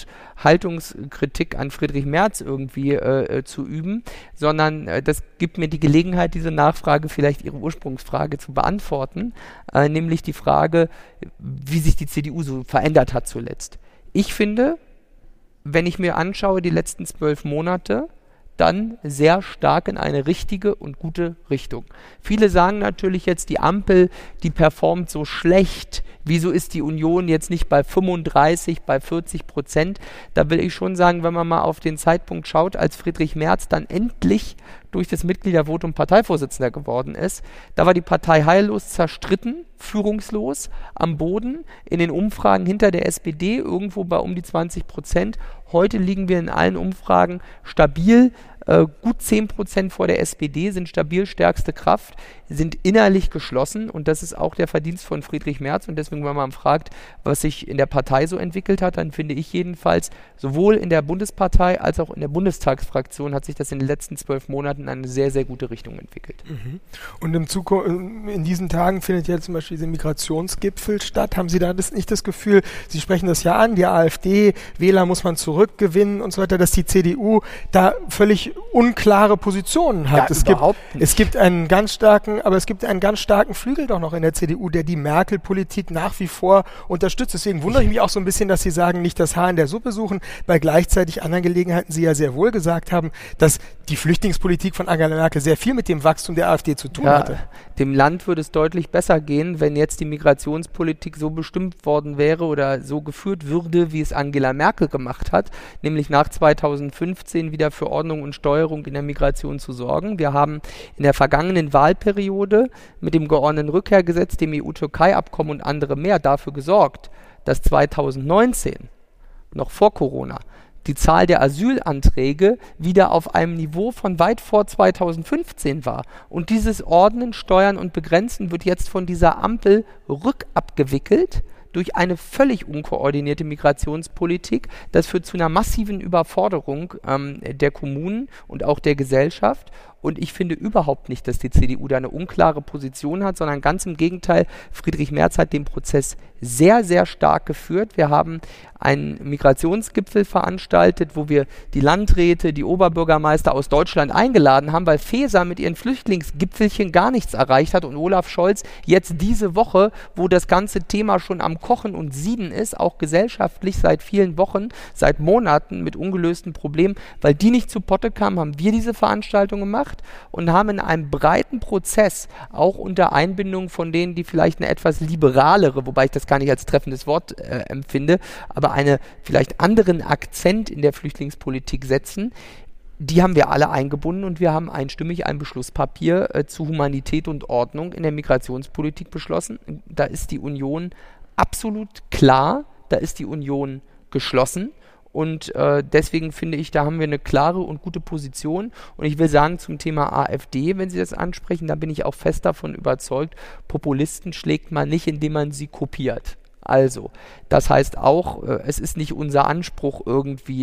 Grundhaltungskritik an Friedrich Merz irgendwie äh, zu üben, sondern äh, das gibt mir die Gelegenheit, diese Nachfrage, vielleicht Ihre Ursprungsfrage zu beantworten, äh, nämlich die Frage, wie sich die C D U so verändert hat zuletzt. Ich finde, wenn ich mir anschaue, die letzten zwölf Monate, dann sehr stark in eine richtige und gute Richtung. Viele sagen natürlich jetzt, die Ampel, die performt so schlecht. Wieso ist die Union jetzt nicht bei fünfunddreißig, bei vierzig Prozent? Da will ich schon sagen, wenn man mal auf den Zeitpunkt schaut, als Friedrich Merz dann endlich durch das Mitgliedervotum Parteivorsitzender geworden ist, da war die Partei heillos zerstritten, führungslos, am Boden, in den Umfragen hinter der S P D, irgendwo bei um die zwanzig Prozent. Heute liegen wir in allen Umfragen stabil, äh, gut zehn Prozent vor der S P D, sind stabil stärkste Kraft, sind innerlich geschlossen und das ist auch der Verdienst von Friedrich Merz und deswegen, wenn man fragt, was sich in der Partei so entwickelt hat, dann finde ich jedenfalls, sowohl in der Bundespartei als auch in der Bundestagsfraktion hat sich das in den letzten zwölf Monaten in eine sehr, sehr gute Richtung entwickelt. Mhm. Und im Zukunft, in diesen Tagen findet ja zum Beispiel dieser Migrationsgipfel statt. Haben Sie da das nicht das Gefühl, Sie sprechen das ja an, die AfD, Wähler muss man zurückgewinnen und so weiter, dass die C D U da völlig unklare Positionen hat? Ja, es, gibt, nicht. es gibt einen ganz starken, aber es gibt einen ganz starken Flügel doch noch in der C D U, der die Merkel-Politik nach wie vor unterstützt. Deswegen wundere ich mich auch so ein bisschen, dass Sie sagen, nicht das Haar in der Suppe suchen, weil gleichzeitig anderen Gelegenheiten Sie ja sehr wohl gesagt haben, dass die Flüchtlingspolitik von Angela Merkel sehr viel mit dem Wachstum der AfD zu tun ja, hatte. Dem Land würde es deutlich besser gehen, wenn jetzt die Migrationspolitik so bestimmt worden wäre oder so geführt würde, wie es Angela Merkel gemacht hat, nämlich nach zweitausendfünfzehn wieder für Ordnung und Steuerung in der Migration zu sorgen. Wir haben in der vergangenen Wahlperiode mit dem geordneten Rückkehrgesetz, dem E U-Türkei-Abkommen und anderem mehr dafür gesorgt, dass zweitausendneunzehn, noch vor Corona, die Zahl der Asylanträge wieder auf einem Niveau von weit vor zweitausendfünfzehn war. Und dieses Ordnen, Steuern und Begrenzen wird jetzt von dieser Ampel rückabgewickelt durch eine völlig unkoordinierte Migrationspolitik. Das führt zu einer massiven Überforderung ähm, der Kommunen und auch der Gesellschaft. Und ich finde überhaupt nicht, dass die C D U da eine unklare Position hat, sondern ganz im Gegenteil, Friedrich Merz hat den Prozess sehr, sehr stark geführt. Wir haben einen Migrationsgipfel veranstaltet, wo wir die Landräte, die Oberbürgermeister aus Deutschland eingeladen haben, weil Faeser mit ihren Flüchtlingsgipfelchen gar nichts erreicht hat und Olaf Scholz jetzt diese Woche, wo das ganze Thema schon am Kochen und Sieden ist, auch gesellschaftlich seit vielen Wochen, seit Monaten mit ungelösten Problemen, weil die nicht zu Potte kamen, haben wir diese Veranstaltung gemacht und haben in einem breiten Prozess, auch unter Einbindung von denen, die vielleicht eine etwas liberalere, wobei ich das gar nicht als treffendes Wort äh, empfinde, aber einen vielleicht anderen Akzent in der Flüchtlingspolitik setzen, die haben wir alle eingebunden und wir haben einstimmig ein Beschlusspapier äh, zu Humanität und Ordnung in der Migrationspolitik beschlossen. Da ist die Union absolut klar, da ist die Union geschlossen. Und äh, deswegen finde ich, da haben wir eine klare und gute Position. Und ich will sagen, zum Thema AfD, wenn Sie das ansprechen, da bin ich auch fest davon überzeugt, Populisten schlägt man nicht, indem man sie kopiert. Also, das heißt auch, äh, es ist nicht unser Anspruch, irgendwie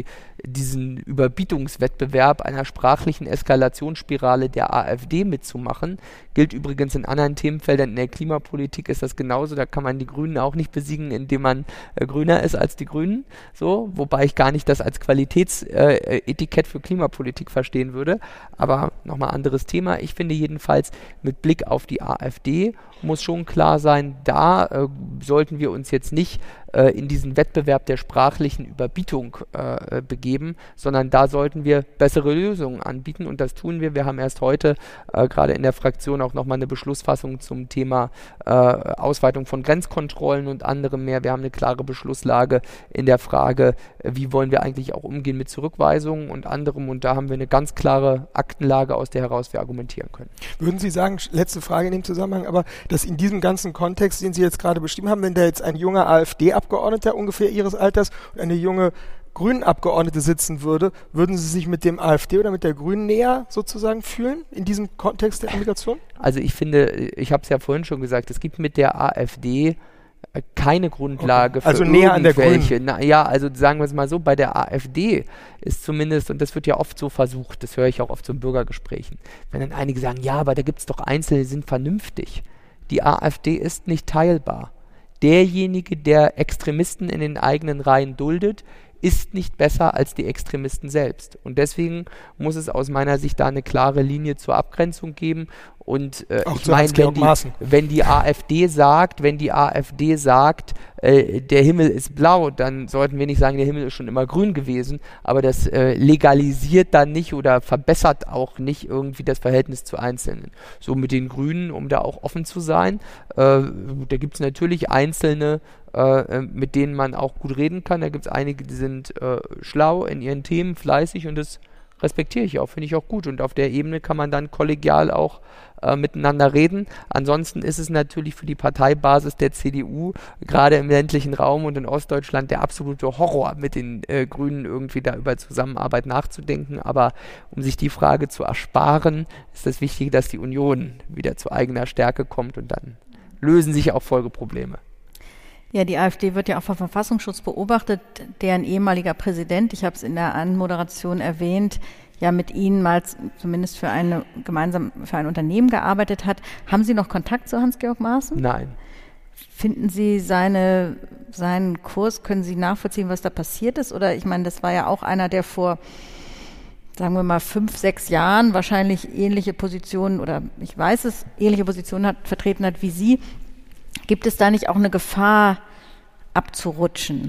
diesen Überbietungswettbewerb einer sprachlichen Eskalationsspirale der AfD mitzumachen. Gilt übrigens in anderen Themenfeldern. In der Klimapolitik ist das genauso. Da kann man die Grünen auch nicht besiegen, indem man äh, grüner ist als die Grünen. So, wobei ich gar nicht das als Qualitätsetikett äh, für Klimapolitik verstehen würde. Aber nochmal anderes Thema. Ich finde jedenfalls, mit Blick auf die AfD muss schon klar sein, da äh, sollten wir uns jetzt nicht äh, in diesen Wettbewerb der sprachlichen Überbietung äh, begeben, sondern da sollten wir bessere Lösungen anbieten, und das tun wir. Wir haben erst heute äh, gerade in der Fraktion auch nochmal eine Beschlussfassung zum Thema äh, Ausweitung von Grenzkontrollen und anderem mehr. Wir haben eine klare Beschlusslage in der Frage, äh, wie wollen wir eigentlich auch umgehen mit Zurückweisungen und anderem, und da haben wir eine ganz klare Aktenlage, aus der heraus wir argumentieren können. Würden Sie sagen, letzte Frage in dem Zusammenhang, aber dass in diesem ganzen Kontext, den Sie jetzt gerade beschrieben haben, wenn da jetzt ein junger AfD-Abgeordneter ungefähr Ihres Alters und eine junge Grünen-Abgeordnete sitzen würde, würden Sie sich mit dem AfD oder mit der Grünen näher sozusagen fühlen in diesem Kontext der Migration? Also ich finde, ich habe es ja vorhin schon gesagt, es gibt mit der AfD keine Grundlage okay. für also näher an der Grünen. Na, ja, also sagen wir es mal so, bei der AfD ist zumindest, und das wird ja oft so versucht, das höre ich auch oft so in Bürgergesprächen, wenn dann einige sagen, ja, aber da gibt es doch Einzelne, die sind vernünftig. Die AfD ist nicht teilbar. Derjenige, der Extremisten in den eigenen Reihen duldet, ist nicht besser als die Extremisten selbst. Und deswegen muss es aus meiner Sicht da eine klare Linie zur Abgrenzung geben. Und äh, ich meine, wenn, wenn die AfD sagt, wenn die AfD sagt, äh, der Himmel ist blau, dann sollten wir nicht sagen, der Himmel ist schon immer grün gewesen, aber das äh, legalisiert dann nicht oder verbessert auch nicht irgendwie das Verhältnis zu Einzelnen. So mit den Grünen, um da auch offen zu sein, äh, da gibt es natürlich Einzelne, äh, mit denen man auch gut reden kann. Da gibt es einige, die sind äh, schlau in ihren Themen, fleißig, und das respektiere ich auch, finde ich auch gut. Und auf der Ebene kann man dann kollegial auch äh, miteinander reden. Ansonsten ist es natürlich für die Parteibasis der C D U, gerade im ländlichen Raum und in Ostdeutschland, der absolute Horror, mit den äh, Grünen irgendwie da über Zusammenarbeit nachzudenken. Aber um sich die Frage zu ersparen, ist es wichtig, dass die Union wieder zu eigener Stärke kommt, und dann lösen sich auch Folgeprobleme. Ja, die AfD wird ja auch vom Verfassungsschutz beobachtet, deren ehemaliger Präsident, ich habe es in der Anmoderation erwähnt, ja mit Ihnen mal zumindest für eine gemeinsam für ein Unternehmen gearbeitet hat. Haben Sie noch Kontakt zu Hans-Georg Maaßen? Nein. Finden Sie seine, seinen Kurs, können Sie nachvollziehen, was da passiert ist? Oder ich meine, das war ja auch einer, der vor, sagen wir mal, fünf, sechs Jahren wahrscheinlich ähnliche Positionen, oder ich weiß es, ähnliche Positionen hat, vertreten hat wie Sie. Gibt es da nicht auch eine Gefahr, abzurutschen?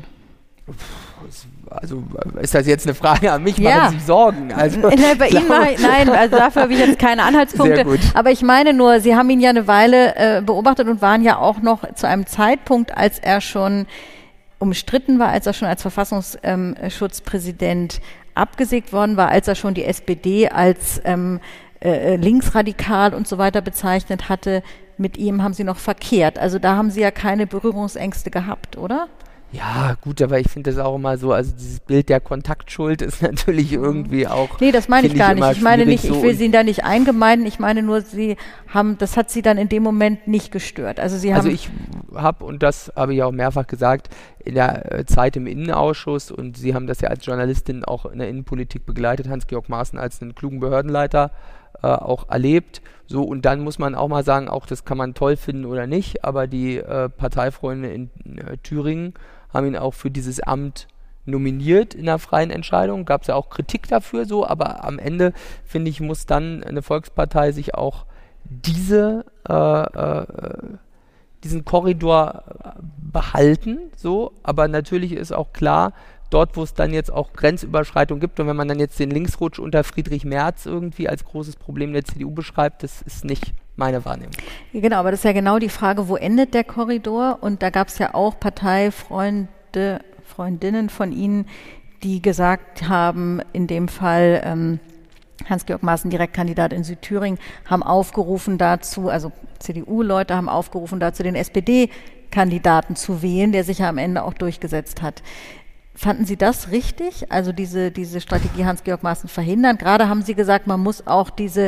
Also ist das jetzt eine Frage an mich? Ja. Machen Sie Sorgen? Also, nein, bei Ihnen mache ich, nein, also dafür habe ich jetzt keine Anhaltspunkte. Sehr gut. Aber ich meine nur, Sie haben ihn ja eine Weile äh, beobachtet und waren ja auch noch zu einem Zeitpunkt, als er schon umstritten war, als er schon als Verfassungsschutzpräsident abgesägt worden war, als er schon die S P D als ähm, äh, linksradikal und so weiter bezeichnet hatte. Mit ihm haben Sie noch verkehrt. Also da haben Sie ja keine Berührungsängste gehabt, oder? Ja, gut, aber ich finde das auch immer so, also dieses Bild der Kontaktschuld ist natürlich irgendwie auch... Nee, das meine ich gar nicht. Ich meine nicht, so, ich will Sie da nicht eingemeinen. Ich meine nur, Sie haben, das hat Sie dann in dem Moment nicht gestört. Also Sie haben... Also ich habe, und das habe ich auch mehrfach gesagt, in der äh, Zeit im Innenausschuss, und Sie haben das ja als Journalistin auch in der Innenpolitik begleitet, Hans-Georg Maaßen als einen klugen Behördenleiter äh, auch erlebt. So, und dann muss man auch mal sagen, auch das kann man toll finden oder nicht, aber die äh, Parteifreunde in äh, Thüringen haben ihn auch für dieses Amt nominiert in der freien Entscheidung. Gab es ja auch Kritik dafür, so, aber am Ende, finde ich, muss dann eine Volkspartei sich auch diese, äh, äh, diesen Korridor behalten, so, aber natürlich ist auch klar, dort, wo es dann jetzt auch Grenzüberschreitungen gibt, und wenn man dann jetzt den Linksrutsch unter Friedrich Merz irgendwie als großes Problem der C D U beschreibt, das ist nicht meine Wahrnehmung. Genau, aber das ist ja genau die Frage, wo endet der Korridor? Und da gab es ja auch Parteifreunde, Freundinnen von Ihnen, die gesagt haben, in dem Fall ähm, Hans-Georg Maaßen, Direktkandidat in Südthüringen, haben aufgerufen dazu, also C D U-Leute haben aufgerufen dazu, den S P D-Kandidaten zu wählen, der sich ja am Ende auch durchgesetzt hat. Fanden Sie das richtig? Also diese, diese Strategie Hans-Georg Maaßen verhindern? Gerade haben Sie gesagt, man muss auch diese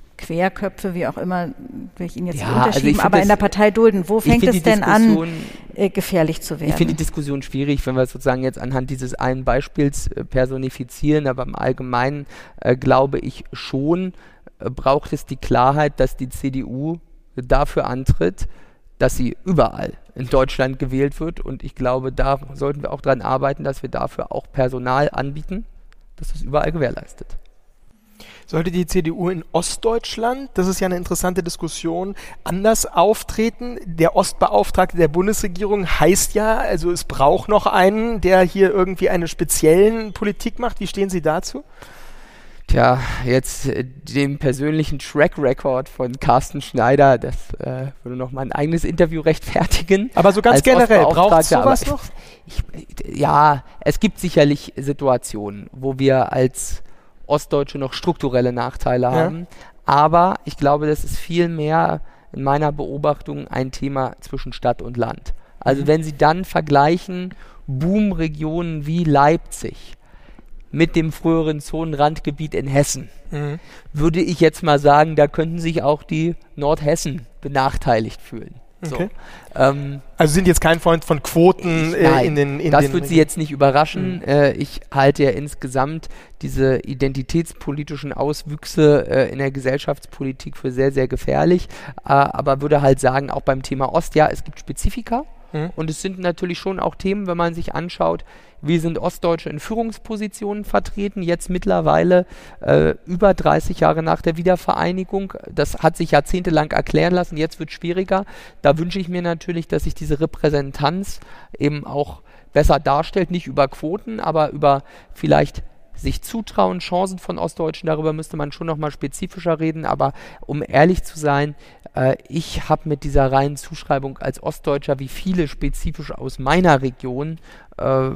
Querköpfe, wie auch immer, will ich Ihnen jetzt ja, nicht unterschieben, also aber in der Partei dulden. Wo fängt es denn an? äh, gefährlich zu werden. Ich finde die Diskussion schwierig, wenn wir es sozusagen jetzt anhand dieses einen Beispiels äh, personifizieren, aber im Allgemeinen äh, glaube ich schon, äh, braucht es die Klarheit, dass die C D U dafür antritt, dass sie überall in Deutschland gewählt wird, und ich glaube, da sollten wir auch dran arbeiten, dass wir dafür auch Personal anbieten, das das überall gewährleistet. Sollte die C D U in Ostdeutschland, das ist ja eine interessante Diskussion, anders auftreten? Der Ostbeauftragte der Bundesregierung heißt ja, also es braucht noch einen, der hier irgendwie eine spezielle Politik macht. Wie stehen Sie dazu? Tja, jetzt äh, den persönlichen Track Record von Carsten Schneider, das äh, würde noch mal ein eigenes Interview rechtfertigen. Aber so ganz generell, braucht es sowas noch? Ich, ich, ja, es gibt sicherlich Situationen, wo wir als Ostdeutsche noch strukturelle Nachteile haben, ja. Aber ich glaube, das ist viel mehr in meiner Beobachtung ein Thema zwischen Stadt und Land. Also mhm. wenn Sie dann vergleichen Boomregionen wie Leipzig mit dem früheren Zonenrandgebiet in Hessen, mhm. würde ich jetzt mal sagen, da könnten sich auch die Nordhessen benachteiligt fühlen. Okay. So, ähm, also sind jetzt kein Freund von Quoten ich, äh, nein, in den... In das den wird Sie jetzt nicht überraschen. Mhm. Äh, ich halte ja insgesamt diese identitätspolitischen Auswüchse äh, in der Gesellschaftspolitik für sehr, sehr gefährlich, äh, aber würde halt sagen, auch beim Thema Ost, ja, es gibt Spezifika. Und es sind natürlich schon auch Themen, wenn man sich anschaut, wie sind Ostdeutsche in Führungspositionen vertreten, jetzt mittlerweile äh, über dreißig Jahre nach der Wiedervereinigung. Das hat sich jahrzehntelang erklären lassen, jetzt wird es schwieriger. Da wünsche ich mir natürlich, dass sich diese Repräsentanz eben auch besser darstellt, nicht über Quoten, aber über vielleicht sich zutrauen, Chancen von Ostdeutschen, darüber müsste man schon nochmal spezifischer reden, aber um ehrlich zu sein, äh, ich habe mit dieser reinen Zuschreibung als Ostdeutscher, wie viele spezifisch aus meiner Region äh,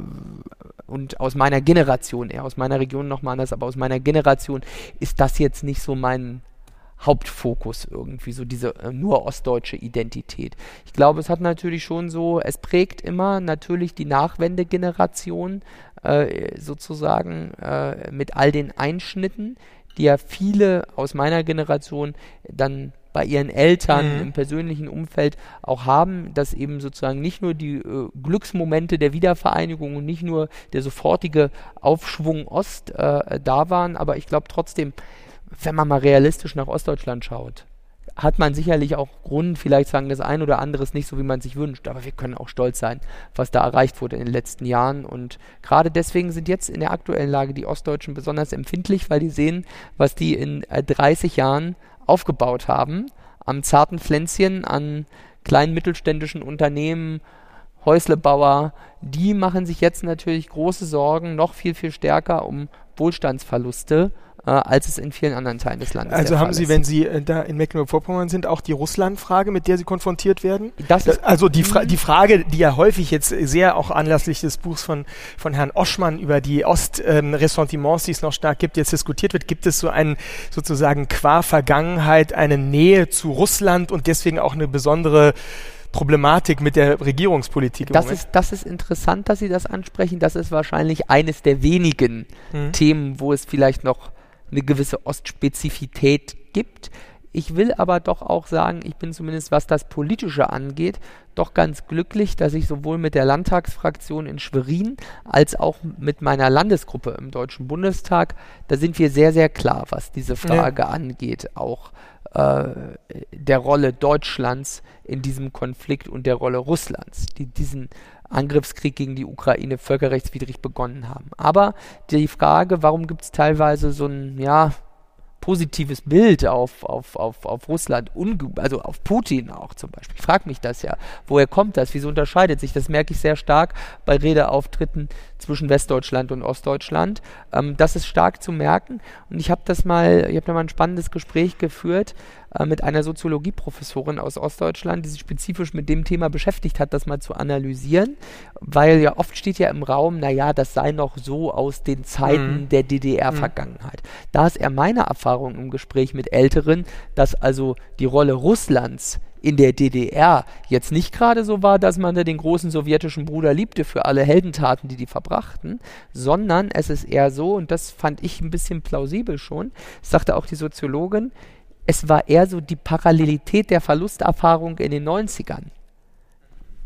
und aus meiner Generation, eher aus meiner Region nochmal anders, aber aus meiner Generation ist das jetzt nicht so mein Hauptfokus irgendwie, so diese äh, nur ostdeutsche Identität. Ich glaube, es hat natürlich schon so, es prägt immer natürlich die Nachwendegeneration, äh, sozusagen äh, mit all den Einschnitten, die ja viele aus meiner Generation dann bei ihren Eltern mhm. im persönlichen Umfeld auch haben, dass eben sozusagen nicht nur die äh, Glücksmomente der Wiedervereinigung und nicht nur der sofortige Aufschwung Ost äh, da waren, aber ich glaube trotzdem, wenn man mal realistisch nach Ostdeutschland schaut, hat man sicherlich auch Grund, vielleicht sagen, das ein oder andere ist nicht so, wie man sich wünscht, aber wir können auch stolz sein, was da erreicht wurde in den letzten Jahren, und gerade deswegen sind jetzt in der aktuellen Lage die Ostdeutschen besonders empfindlich, weil die sehen, was die in äh, dreißig Jahren aufgebaut haben, am zarten Pflänzchen, an kleinen mittelständischen Unternehmen, Häuslebauer, die machen sich jetzt natürlich große Sorgen, noch viel, viel stärker um Wohlstandsverluste, äh, als es in vielen anderen Teilen des Landes Also der haben Fall Sie, ist. wenn Sie äh, da in Mecklenburg-Vorpommern sind, auch die Russland-Frage, mit der Sie konfrontiert werden? Das ist also die, Fra- die Frage, die ja häufig jetzt sehr auch anlässlich des Buchs von, von Herrn Oschmann über die Ost-Ressentiments, ähm, die es noch stark gibt, jetzt diskutiert wird. Gibt es so einen sozusagen qua Vergangenheit eine Nähe zu Russland und deswegen auch eine besondere Problematik mit der Regierungspolitik im das Moment? ist, das ist interessant, dass Sie das ansprechen. Das ist wahrscheinlich eines der wenigen mhm. Themen, wo es vielleicht noch eine gewisse Ostspezifität gibt. Ich will aber doch auch sagen, ich bin zumindest, was das Politische angeht, doch ganz glücklich, dass ich sowohl mit der Landtagsfraktion in Schwerin als auch mit meiner Landesgruppe im Deutschen Bundestag, da sind wir sehr, sehr klar, was diese Frage ja. angeht, auch äh, der Rolle Deutschlands in diesem Konflikt und der Rolle Russlands, die diesen Angriffskrieg gegen die Ukraine völkerrechtswidrig begonnen haben. Aber die Frage, warum gibt es teilweise so ein, ja, positives Bild auf, auf, auf, auf Russland, also auf Putin auch zum Beispiel. Ich frage mich das ja. Woher kommt das? Wieso unterscheidet sich? Das merke ich sehr stark bei Redeauftritten zwischen Westdeutschland und Ostdeutschland. Ähm, das ist stark zu merken. Und ich habe das mal, ich habe da mal ein spannendes Gespräch geführt äh, mit einer Soziologieprofessorin aus Ostdeutschland, die sich spezifisch mit dem Thema beschäftigt hat, das mal zu analysieren, weil ja oft steht ja im Raum, naja, das sei noch so aus den Zeiten mhm. der D D R-Vergangenheit. Mhm. Da ist er meiner Erfahrung im Gespräch mit Älteren, dass also die Rolle Russlands in der D D R jetzt nicht gerade so war, dass man da den großen sowjetischen Bruder liebte für alle Heldentaten, die die verbrachten, sondern es ist eher so, und das fand ich ein bisschen plausibel schon, sagte auch die Soziologin, es war eher so die Parallelität der Verlusterfahrung in den neunzigern.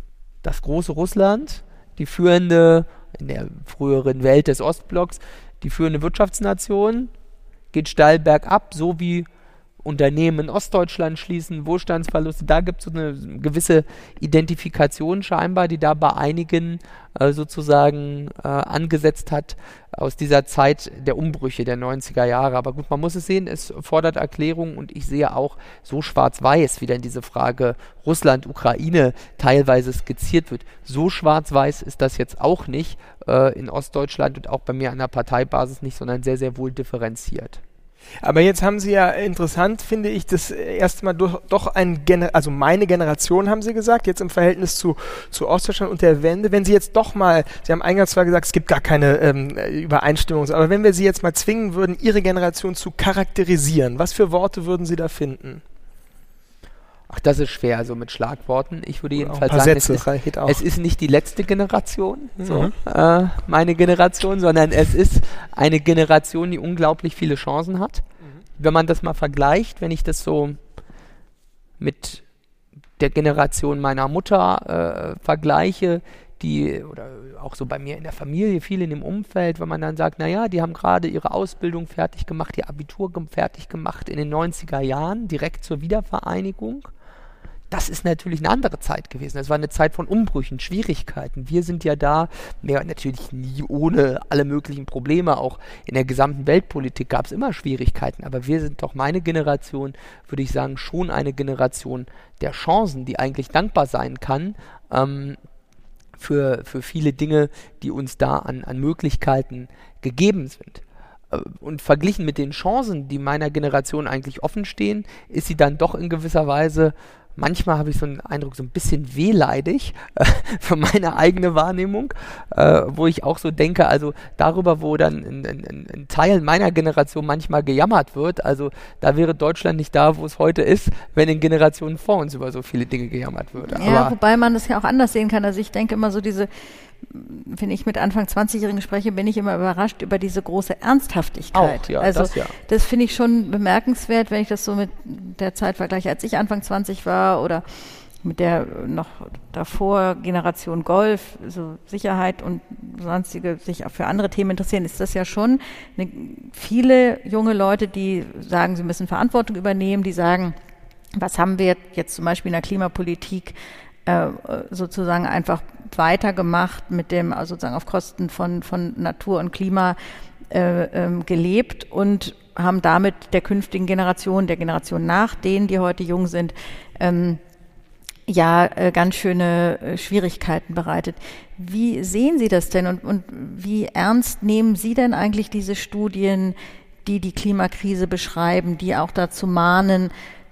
das große Russland, die führende, in der früheren Welt des Ostblocks, die führende Wirtschaftsnation, geht steil bergab, so wie Unternehmen in Ostdeutschland schließen, Wohlstandsverluste, da gibt es so eine gewisse Identifikation scheinbar, die da bei einigen äh, sozusagen äh, angesetzt hat aus dieser Zeit der Umbrüche der neunziger Jahre. Aber gut, man muss es sehen, es fordert Erklärung und ich sehe auch so schwarz-weiß, wie dann diese Frage Russland, Ukraine teilweise skizziert wird. So schwarz-weiß ist das jetzt auch nicht äh, in Ostdeutschland und auch bei mir an der Parteibasis nicht, sondern sehr, sehr wohl differenziert. Aber jetzt haben Sie ja interessant, finde ich, das erste Mal durch, doch ein, Gener- also meine Generation, haben Sie gesagt, jetzt im Verhältnis zu, zu Ostdeutschland und der Wende. Wenn Sie jetzt doch mal, Sie haben eingangs zwar gesagt, es gibt gar keine ähm, Übereinstimmung, aber wenn wir Sie jetzt mal zwingen würden, Ihre Generation zu charakterisieren, was für Worte würden Sie da finden? Ach, das ist schwer, also mit Schlagworten. Ich würde jedenfalls sagen, Sätze, es, ist, es ist nicht die letzte Generation, mhm. so, äh, meine Generation, sondern es ist eine Generation, die unglaublich viele Chancen hat. Mhm. Wenn man das mal vergleicht, wenn ich das so mit der Generation meiner Mutter äh, vergleiche, die, oder auch so bei mir in der Familie, viele in dem Umfeld, wenn man dann sagt, naja, die haben gerade ihre Ausbildung fertig gemacht, ihr Abitur fertig gemacht in den neunziger Jahren, direkt zur Wiedervereinigung. Das ist natürlich eine andere Zeit gewesen. Das war eine Zeit von Umbrüchen, Schwierigkeiten. Wir sind ja da, mehr natürlich nie ohne alle möglichen Probleme. Auch in der gesamten Weltpolitik gab es immer Schwierigkeiten. Aber wir sind doch meine Generation, würde ich sagen, schon eine Generation der Chancen, die eigentlich dankbar sein kann, ähm, für, für viele Dinge, die uns da an, an Möglichkeiten gegeben sind. Und verglichen mit den Chancen, die meiner Generation eigentlich offen stehen, ist sie dann doch in gewisser Weise, manchmal habe ich so einen Eindruck, so ein bisschen wehleidig äh, für meine eigene Wahrnehmung, äh, wo ich auch so denke, also darüber, wo dann in, in, in Teilen meiner Generation manchmal gejammert wird, also da wäre Deutschland nicht da, wo es heute ist, wenn in Generationen vor uns über so viele Dinge gejammert würde. Ja, Aber wobei man das ja auch anders sehen kann. Also ich denke immer so diese, wenn ich mit Anfang zwanzigjährigen spreche, bin ich immer überrascht über diese große Ernsthaftigkeit. Auch, ja, also das, ja. das finde ich schon bemerkenswert, wenn ich das so mit der Zeit vergleiche, als ich Anfang zwanzig war oder mit der noch davor Generation Golf, so Sicherheit und sonstige sich auch für andere Themen interessieren, ist das ja schon eine, viele junge Leute, die sagen, sie müssen Verantwortung übernehmen, die sagen, was haben wir jetzt zum Beispiel in der Klimapolitik äh, sozusagen einfach weitergemacht mit dem, also sozusagen auf Kosten von, von Natur und Klima äh, ähm, gelebt und haben damit der künftigen Generation, der Generation nach denen, die heute jung sind, ähm, ja äh, ganz schöne äh, Schwierigkeiten bereitet. Wie sehen Sie das denn und, und wie ernst nehmen Sie denn eigentlich diese Studien, die die Klimakrise beschreiben, die auch dazu mahnen,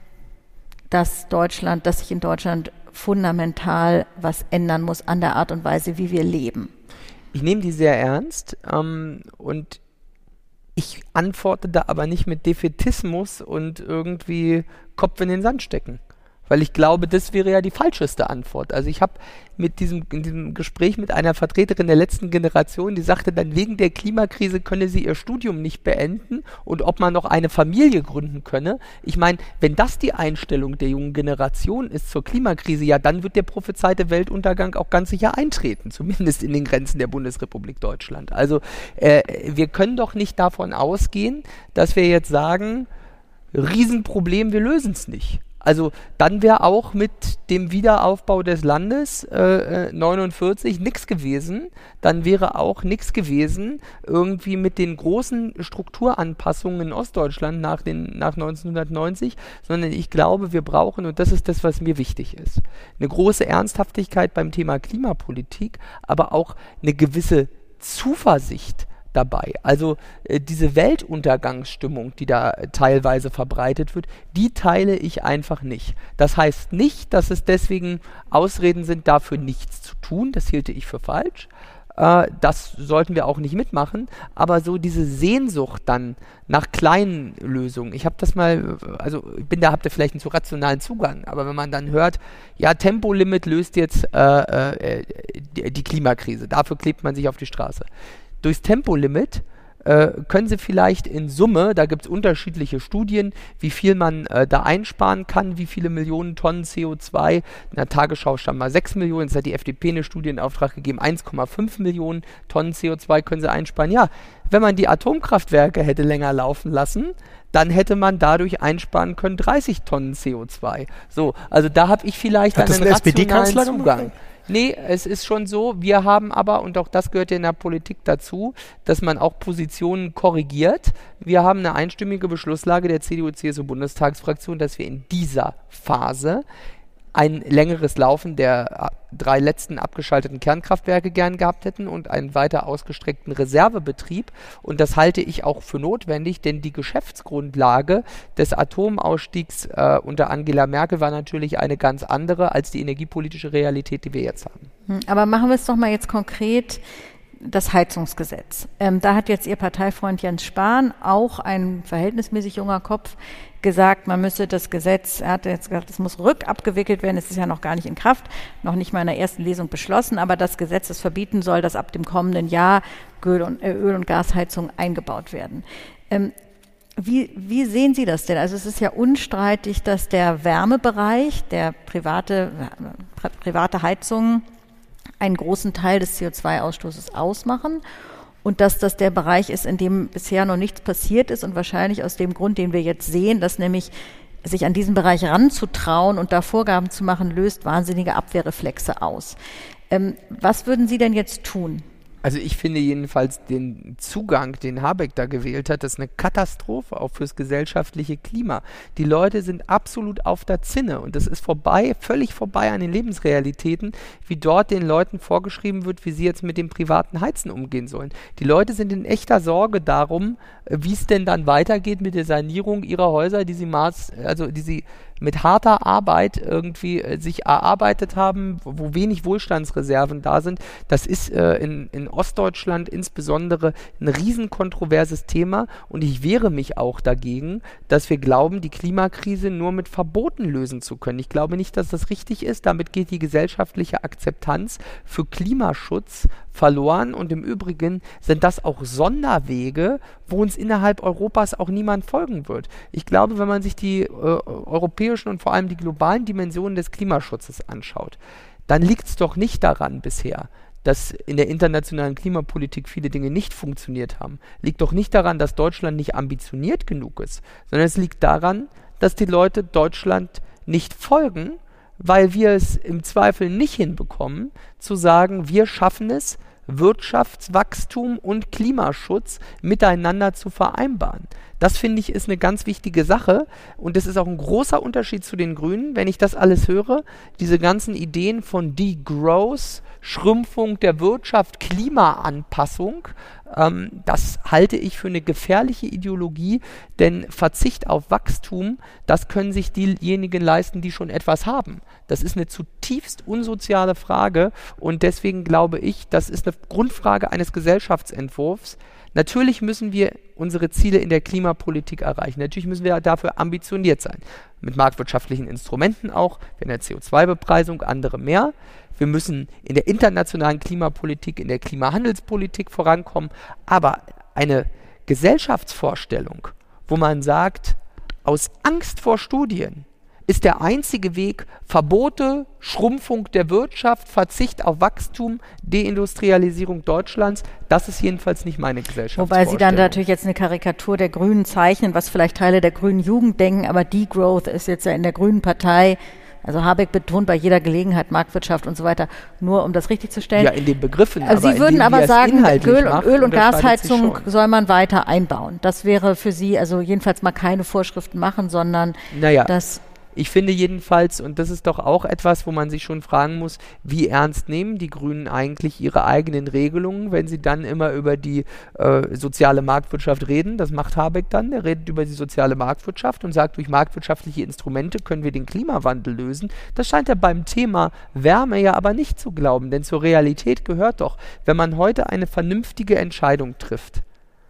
dass Deutschland, dass sich in Deutschland fundamental was ändern muss an der Art und Weise, wie wir leben? Ich nehme die sehr ernst ähm, und ich antworte da aber nicht mit Defätismus und irgendwie Kopf in den Sand stecken. Weil ich glaube, das wäre ja die falscheste Antwort. Also ich habe mit diesem, in diesem Gespräch mit einer Vertreterin der letzten Generation, die sagte dann, wegen der Klimakrise könne sie ihr Studium nicht beenden und ob man noch eine Familie gründen könne. Ich meine, wenn das die Einstellung der jungen Generation ist zur Klimakrise, ja, dann wird der prophezeite Weltuntergang auch ganz sicher eintreten, zumindest in den Grenzen der Bundesrepublik Deutschland. Also äh, wir können doch nicht davon ausgehen, dass wir jetzt sagen, Riesenproblem, wir lösen es nicht. Also dann wäre auch mit dem Wiederaufbau des Landes äh, neunundvierzig nichts gewesen. Dann wäre auch nichts gewesen irgendwie mit den großen Strukturanpassungen in Ostdeutschland nach, den, nach neunzehnhundertneunzig, sondern ich glaube, wir brauchen, und das ist das, was mir wichtig ist, eine große Ernsthaftigkeit beim Thema Klimapolitik, aber auch eine gewisse Zuversicht dabei. Also äh, diese Weltuntergangsstimmung, die da äh, teilweise verbreitet wird, die teile ich einfach nicht. Das heißt nicht, dass es deswegen Ausreden sind, dafür nichts zu tun. Das hielte ich für falsch. Äh, das sollten wir auch nicht mitmachen. Aber so diese Sehnsucht dann nach kleinen Lösungen. Ich habe das mal, also ich bin da, habt ihr vielleicht einen zu rationalen Zugang, aber wenn man dann hört, ja, Tempolimit löst jetzt äh, äh, die, die Klimakrise. Dafür klebt man sich auf die Straße. Durchs Tempolimit äh, können Sie vielleicht in Summe, da gibt es unterschiedliche Studien, wie viel man äh, da einsparen kann, wie viele Millionen Tonnen C O zwei. In der Tagesschau stand mal sechs Millionen, jetzt hat die F D P eine Studie in Auftrag gegeben, eins Komma fünf Millionen Tonnen C O zwei können Sie einsparen. Ja, wenn man die Atomkraftwerke hätte länger laufen lassen, dann hätte man dadurch einsparen können dreißig Tonnen C O zwei. So, also da habe ich vielleicht Hat einen das ein S P rationalen D-Kanzler Zugang. gemacht? Nee, es ist schon so, wir haben aber, und auch das gehört ja in der Politik dazu, dass man auch Positionen korrigiert. Wir haben eine einstimmige Beschlusslage der C D U-C S U-Bundestagsfraktion, dass wir in dieser Phase ein längeres Laufen der drei letzten abgeschalteten Kernkraftwerke gern gehabt hätten und einen weiter ausgestreckten Reservebetrieb. Und das halte ich auch für notwendig, denn die Geschäftsgrundlage des Atomausstiegs äh, unter Angela Merkel war natürlich eine ganz andere als die energiepolitische Realität, die wir jetzt haben. Aber machen wir es doch mal jetzt konkret. Das Heizungsgesetz. Ähm, da hat jetzt Ihr Parteifreund Jens Spahn, auch ein verhältnismäßig junger Kopf, gesagt, man müsse das Gesetz, er hat jetzt gesagt, es muss rückabgewickelt werden, es ist ja noch gar nicht in Kraft, noch nicht mal in der ersten Lesung beschlossen, aber das Gesetz, das verbieten soll, dass ab dem kommenden Jahr Öl- und, äh, Öl- und Gasheizungen eingebaut werden. Ähm, wie, wie sehen Sie das denn? Also es ist ja unstreitig, dass der Wärmebereich, der private, äh, private Heizungen, einen großen Teil des C O zwei Ausstoßes ausmachen und dass das der Bereich ist, in dem bisher noch nichts passiert ist und wahrscheinlich aus dem Grund, den wir jetzt sehen, dass nämlich sich an diesen Bereich ranzutrauen und da Vorgaben zu machen, löst wahnsinnige Abwehrreflexe aus. Ähm, was würden Sie denn jetzt tun? Also ich finde jedenfalls den Zugang, den Habeck da gewählt hat, das ist eine Katastrophe, auch fürs gesellschaftliche Klima. Die Leute sind absolut auf der Zinne und das ist vorbei, völlig vorbei an den Lebensrealitäten, wie dort den Leuten vorgeschrieben wird, wie sie jetzt mit dem privaten Heizen umgehen sollen. Die Leute sind in echter Sorge darum, wie es denn dann weitergeht mit der Sanierung ihrer Häuser, die sie maß, also die sie mit harter Arbeit irgendwie äh, sich erarbeitet haben, wo, wo wenig Wohlstandsreserven da sind. Das ist äh, in, in Ostdeutschland insbesondere ein riesen kontroverses Thema und ich wehre mich auch dagegen, dass wir glauben, die Klimakrise nur mit Verboten lösen zu können. Ich glaube nicht, dass das richtig ist. Damit geht die gesellschaftliche Akzeptanz für Klimaschutz verloren und im Übrigen sind das auch Sonderwege, wo uns innerhalb Europas auch niemand folgen wird. Ich glaube, wenn man sich die äh, europäischen und vor allem die globalen Dimensionen des Klimaschutzes anschaut, dann liegt es doch nicht daran bisher, dass in der internationalen Klimapolitik viele Dinge nicht funktioniert haben. Liegt doch nicht daran, dass Deutschland nicht ambitioniert genug ist, sondern es liegt daran, dass die Leute Deutschland nicht folgen, weil wir es im Zweifel nicht hinbekommen, zu sagen, wir schaffen es, Wirtschaftswachstum und Klimaschutz miteinander zu vereinbaren. Das, finde ich, ist eine ganz wichtige Sache und das ist auch ein großer Unterschied zu den Grünen, wenn ich das alles höre, diese ganzen Ideen von Degrowth, Schrumpfung der Wirtschaft, Klimaanpassung, ähm, das halte ich für eine gefährliche Ideologie, denn Verzicht auf Wachstum, das können sich diejenigen leisten, die schon etwas haben. Das ist eine zutiefst unsoziale Frage und deswegen glaube ich, das ist eine Grundfrage eines Gesellschaftsentwurfs. Natürlich müssen wir unsere Ziele in der Klimapolitik erreichen. Natürlich müssen wir dafür ambitioniert sein. Mit marktwirtschaftlichen Instrumenten auch, in der C O zwei Bepreisung, andere mehr. Wir müssen in der internationalen Klimapolitik, in der Klimahandelspolitik vorankommen. Aber eine Gesellschaftsvorstellung, wo man sagt, aus Angst vor Studien ist der einzige Weg Verbote, Schrumpfung der Wirtschaft, Verzicht auf Wachstum, Deindustrialisierung Deutschlands. Das ist jedenfalls nicht meine Gesellschaftsvorstellung. Wobei Sie dann natürlich jetzt eine Karikatur der Grünen zeichnen, was vielleicht Teile der grünen Jugend denken, aber Degrowth ist jetzt ja in der Grünen Partei, also Habeck betont bei jeder Gelegenheit Marktwirtschaft und so weiter, nur um das richtig zu stellen. Ja, in den Begriffen. Also aber Sie würden dem, aber sagen, Öl, macht, Öl- und Gasheizung soll man weiter einbauen. Das wäre für Sie also jedenfalls mal keine Vorschriften machen, sondern naja. das... Ich finde jedenfalls, und das ist doch auch etwas, wo man sich schon fragen muss, wie ernst nehmen die Grünen eigentlich ihre eigenen Regelungen, wenn sie dann immer über die äh, soziale Marktwirtschaft reden. Das macht Habeck dann, der redet über die soziale Marktwirtschaft und sagt, durch marktwirtschaftliche Instrumente können wir den Klimawandel lösen. Das scheint er beim Thema Wärme ja aber nicht zu glauben, denn zur Realität gehört doch, wenn man heute eine vernünftige Entscheidung trifft,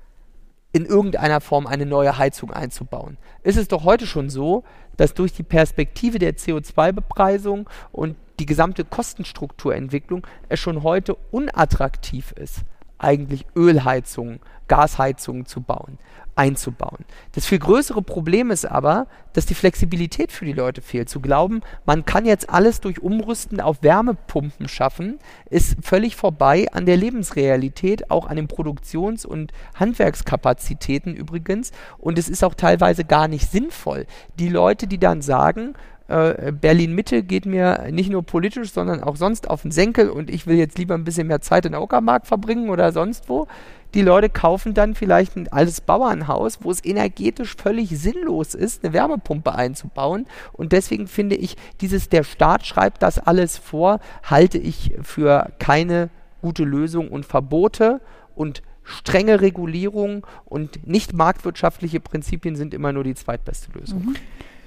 in irgendeiner Form eine neue Heizung einzubauen, ist es doch heute schon so, dass durch die Perspektive der C O zwei Bepreisung und die gesamte Kostenstrukturentwicklung es schon heute unattraktiv ist, eigentlich Ölheizungen, Gasheizungen zu bauen, einzubauen. Das viel größere Problem ist aber, dass die Flexibilität für die Leute fehlt. Zu glauben, man kann jetzt alles durch Umrüsten auf Wärmepumpen schaffen, ist völlig vorbei an der Lebensrealität, auch an den Produktions- und Handwerkskapazitäten übrigens. Und es ist auch teilweise gar nicht sinnvoll. Die Leute, die dann sagen, äh, Berlin-Mitte geht mir nicht nur politisch, sondern auch sonst auf den Senkel und ich will jetzt lieber ein bisschen mehr Zeit in der Uckermark verbringen oder sonst wo, die Leute kaufen dann vielleicht ein altes Bauernhaus, wo es energetisch völlig sinnlos ist, eine Wärmepumpe einzubauen. Und deswegen finde ich, dieses der Staat schreibt das alles vor, halte ich für keine gute Lösung. Und Verbote und strenge Regulierung und nicht marktwirtschaftliche Prinzipien sind immer nur die zweitbeste Lösung. Mhm.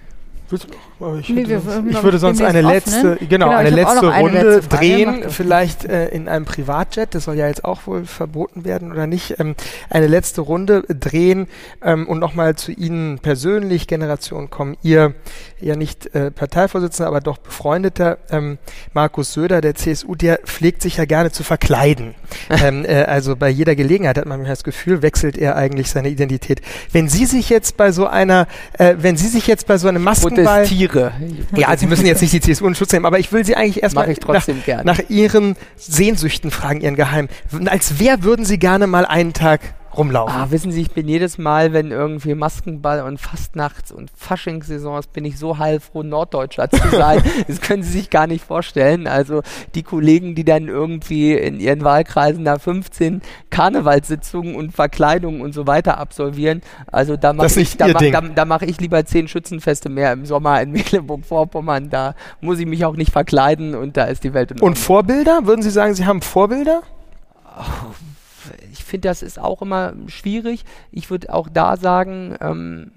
Ich, nee, wir, sonst, ich würde sonst eine letzte, offen, genau, genau, eine letzte Runde eine letzte drehen, vielleicht äh, in einem Privatjet, das soll ja jetzt auch wohl verboten werden oder nicht, ähm, eine letzte Runde drehen ähm, und nochmal zu Ihnen persönlich, Generation kommen. Ihr, ja nicht äh, Parteivorsitzender, aber doch befreundeter ähm, Markus Söder, der C S U, der pflegt sich ja gerne zu verkleiden. ähm, äh, also bei jeder Gelegenheit hat man das Gefühl, wechselt er eigentlich seine Identität. Wenn Sie sich jetzt bei so einer, äh, wenn Sie sich jetzt bei so einem Masken Protestiere. Ja, Sie müssen jetzt nicht die C S U in Schutz nehmen, aber ich will Sie eigentlich erstmal nach, nach Ihren Sehnsüchten fragen, Ihren Geheimen. Als wer würden Sie gerne mal einen Tag rumlaufen? Ah, wissen Sie, ich bin jedes Mal, wenn irgendwie Maskenball und Fastnachts- und Faschingssaisons, bin ich so heilfroh, Norddeutscher zu sein. Das können Sie sich gar nicht vorstellen. Also die Kollegen, die dann irgendwie in ihren Wahlkreisen da fünfzehn Karnevalssitzungen und Verkleidungen und so weiter absolvieren, also da mache ich, da, da, da mach ich lieber zehn Schützenfeste mehr im Sommer in Mecklenburg-Vorpommern. Da muss ich mich auch nicht verkleiden und da ist die Welt in Ordnung. Und Vorbilder? Würden Sie sagen, Sie haben Vorbilder? Oh. Ich finde, das ist auch immer schwierig. Ich würde auch da sagen, ähm,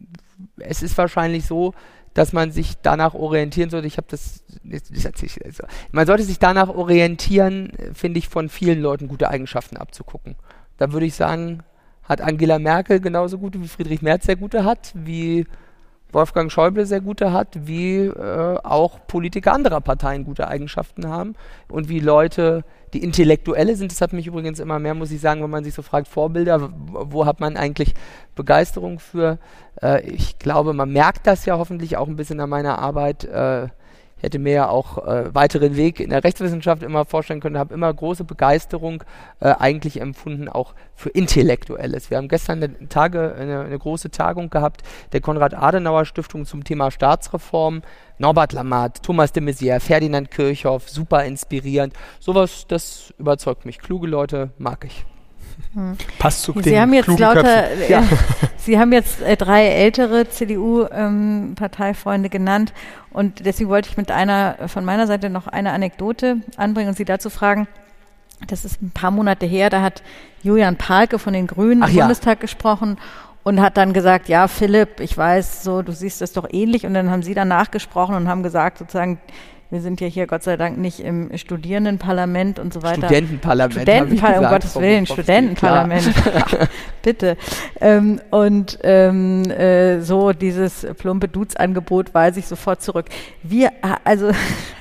es ist wahrscheinlich so, dass man sich danach orientieren sollte. Ich habe das, das erzähle ich, also, man sollte sich danach orientieren, finde ich, von vielen Leuten gute Eigenschaften abzugucken. Da würde ich sagen, hat Angela Merkel genauso gute, wie Friedrich Merz sehr gute hat, wie Wolfgang Schäuble sehr gute hat, wie äh, auch Politiker anderer Parteien gute Eigenschaften haben und wie Leute, die Intellektuelle sind. Das hat mich übrigens immer mehr, muss ich sagen, wenn man sich so fragt, Vorbilder, wo hat man eigentlich Begeisterung für? Äh, ich glaube, man merkt das ja hoffentlich auch ein bisschen an meiner Arbeit. Äh, ich hätte mir ja auch äh, weiteren Weg in der Rechtswissenschaft immer vorstellen können, habe immer große Begeisterung äh, eigentlich empfunden, auch für Intellektuelles. Wir haben gestern eine, Tage, eine, eine große Tagung gehabt der Konrad-Adenauer-Stiftung zum Thema Staatsreform. Norbert Lammert, Thomas de Maizière, Ferdinand Kirchhoff, super inspirierend. Sowas, das überzeugt mich. Kluge Leute mag ich. Hm. Passt zu Sie den haben jetzt lauter, äh, ja. Sie haben jetzt äh, drei ältere C D U-Parteifreunde ähm, genannt und deswegen wollte ich mit einer von meiner Seite noch eine Anekdote anbringen und Sie dazu fragen. Das ist ein paar Monate her, da hat Julian Pahlke von den Grünen Ach im ja. Bundestag gesprochen und hat dann gesagt, ja Philipp, ich weiß, so du siehst das doch ähnlich und dann haben Sie danach gesprochen und haben gesagt sozusagen, wir sind ja hier Gott sei Dank nicht im Studierendenparlament und so weiter. Studentenparlament. Studentenparlament, um Gottes Willen, Studentenparlament. Bitte. Ähm, und ähm, äh, so dieses plumpe Dudes-Angebot weise ich sofort zurück. Wir, also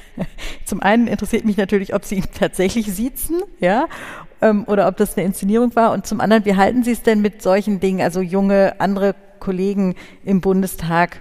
zum einen interessiert mich natürlich, ob Sie ihn tatsächlich siezen, ja, ähm, oder ob das eine Inszenierung war. Und zum anderen, wie halten Sie es denn mit solchen Dingen, also junge, andere Kollegen im Bundestag?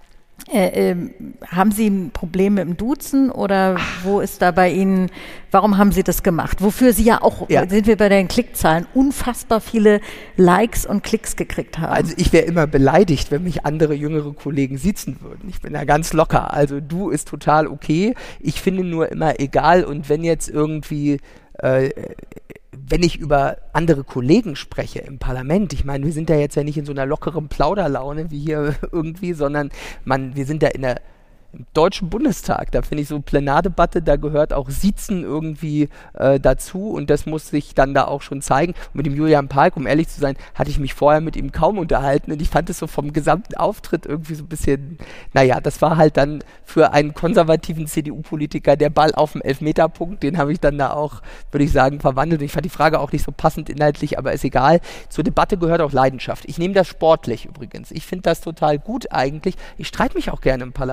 Äh, äh, haben Sie ein Problem mit dem Duzen oder wo ist da bei Ihnen, warum haben Sie das gemacht? Wofür Sie ja auch, ja. sind wir bei den Klickzahlen, unfassbar viele Likes und Klicks gekriegt haben. Also ich wäre immer beleidigt, wenn mich andere jüngere Kollegen siezen würden. Ich bin da ganz locker. Also du ist total okay. Ich finde nur immer egal und wenn jetzt irgendwie äh, wenn ich über andere Kollegen spreche im Parlament, ich meine, wir sind da jetzt ja nicht in so einer lockeren Plauderlaune wie hier irgendwie, sondern man, wir sind da in der im Deutschen Bundestag, da finde ich so Plenardebatte, da gehört auch Siezen irgendwie äh, dazu und das muss sich dann da auch schon zeigen. Und mit dem Julian Pahlke, um ehrlich zu sein, hatte ich mich vorher mit ihm kaum unterhalten und ich fand es so vom gesamten Auftritt irgendwie so ein bisschen, naja, das war halt dann für einen konservativen C D U-Politiker der Ball auf dem Elfmeterpunkt, den habe ich dann da auch, würde ich sagen, verwandelt. Und ich fand die Frage auch nicht so passend inhaltlich, aber ist egal. Zur Debatte gehört auch Leidenschaft. Ich nehme das sportlich übrigens. Ich finde das total gut eigentlich. Ich streite mich auch gerne im Parlament. Ich mag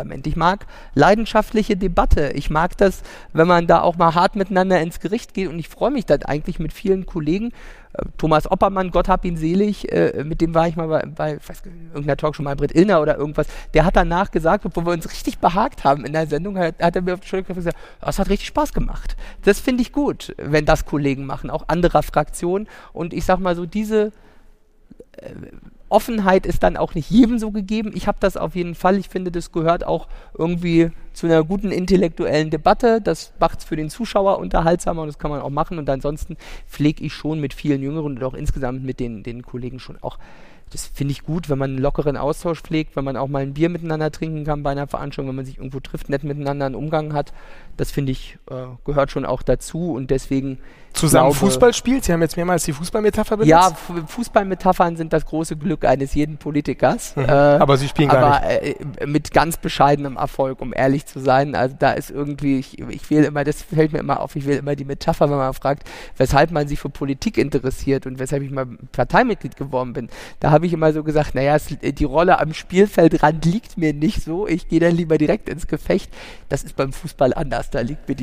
mag leidenschaftliche Debatte. Ich mag das, wenn man da auch mal hart miteinander ins Gericht geht und ich freue mich dann eigentlich mit vielen Kollegen. Äh, Thomas Oppermann, Gott hab ihn selig, äh, mit dem war ich mal bei, bei weiß, irgendeiner Talkshow, mal Britt Illner oder irgendwas, der hat danach gesagt, wo wir uns richtig behagt haben in der Sendung, hat, hat er mir auf die Schulter gesagt, das hat richtig Spaß gemacht. Das finde ich gut, wenn das Kollegen machen, auch anderer Fraktionen. Und ich sag mal so, diese äh, Offenheit ist dann auch nicht jedem so gegeben. Ich habe das auf jeden Fall. Ich finde, das gehört auch irgendwie zu einer guten intellektuellen Debatte. Das macht es für den Zuschauer unterhaltsamer und das kann man auch machen. Und ansonsten pflege ich schon mit vielen Jüngeren und auch insgesamt mit den, den Kollegen schon auch. Das finde ich gut, wenn man einen lockeren Austausch pflegt, wenn man auch mal ein Bier miteinander trinken kann bei einer Veranstaltung, wenn man sich irgendwo trifft, nett miteinander einen Umgang hat. Das finde ich, äh, gehört schon auch dazu und deswegen zusammen glaube, Fußball spielt? Sie haben jetzt mehrmals die Fußballmetapher benutzt. Ja, F- Fußballmetaphern sind das große Glück eines jeden Politikers. Mhm. Äh, aber Sie spielen gar aber, nicht. Aber äh, mit ganz bescheidenem Erfolg, um ehrlich zu sein. Also da ist irgendwie, ich, ich wähle immer, das fällt mir immer auf, ich wähle immer die Metapher, wenn man fragt, weshalb man sich für Politik interessiert und weshalb ich mal Parteimitglied geworden bin. Da habe ich immer so gesagt, naja, es, die Rolle am Spielfeldrand liegt mir nicht so, ich gehe dann lieber direkt ins Gefecht. Das ist beim Fußball anders, da liegt mir die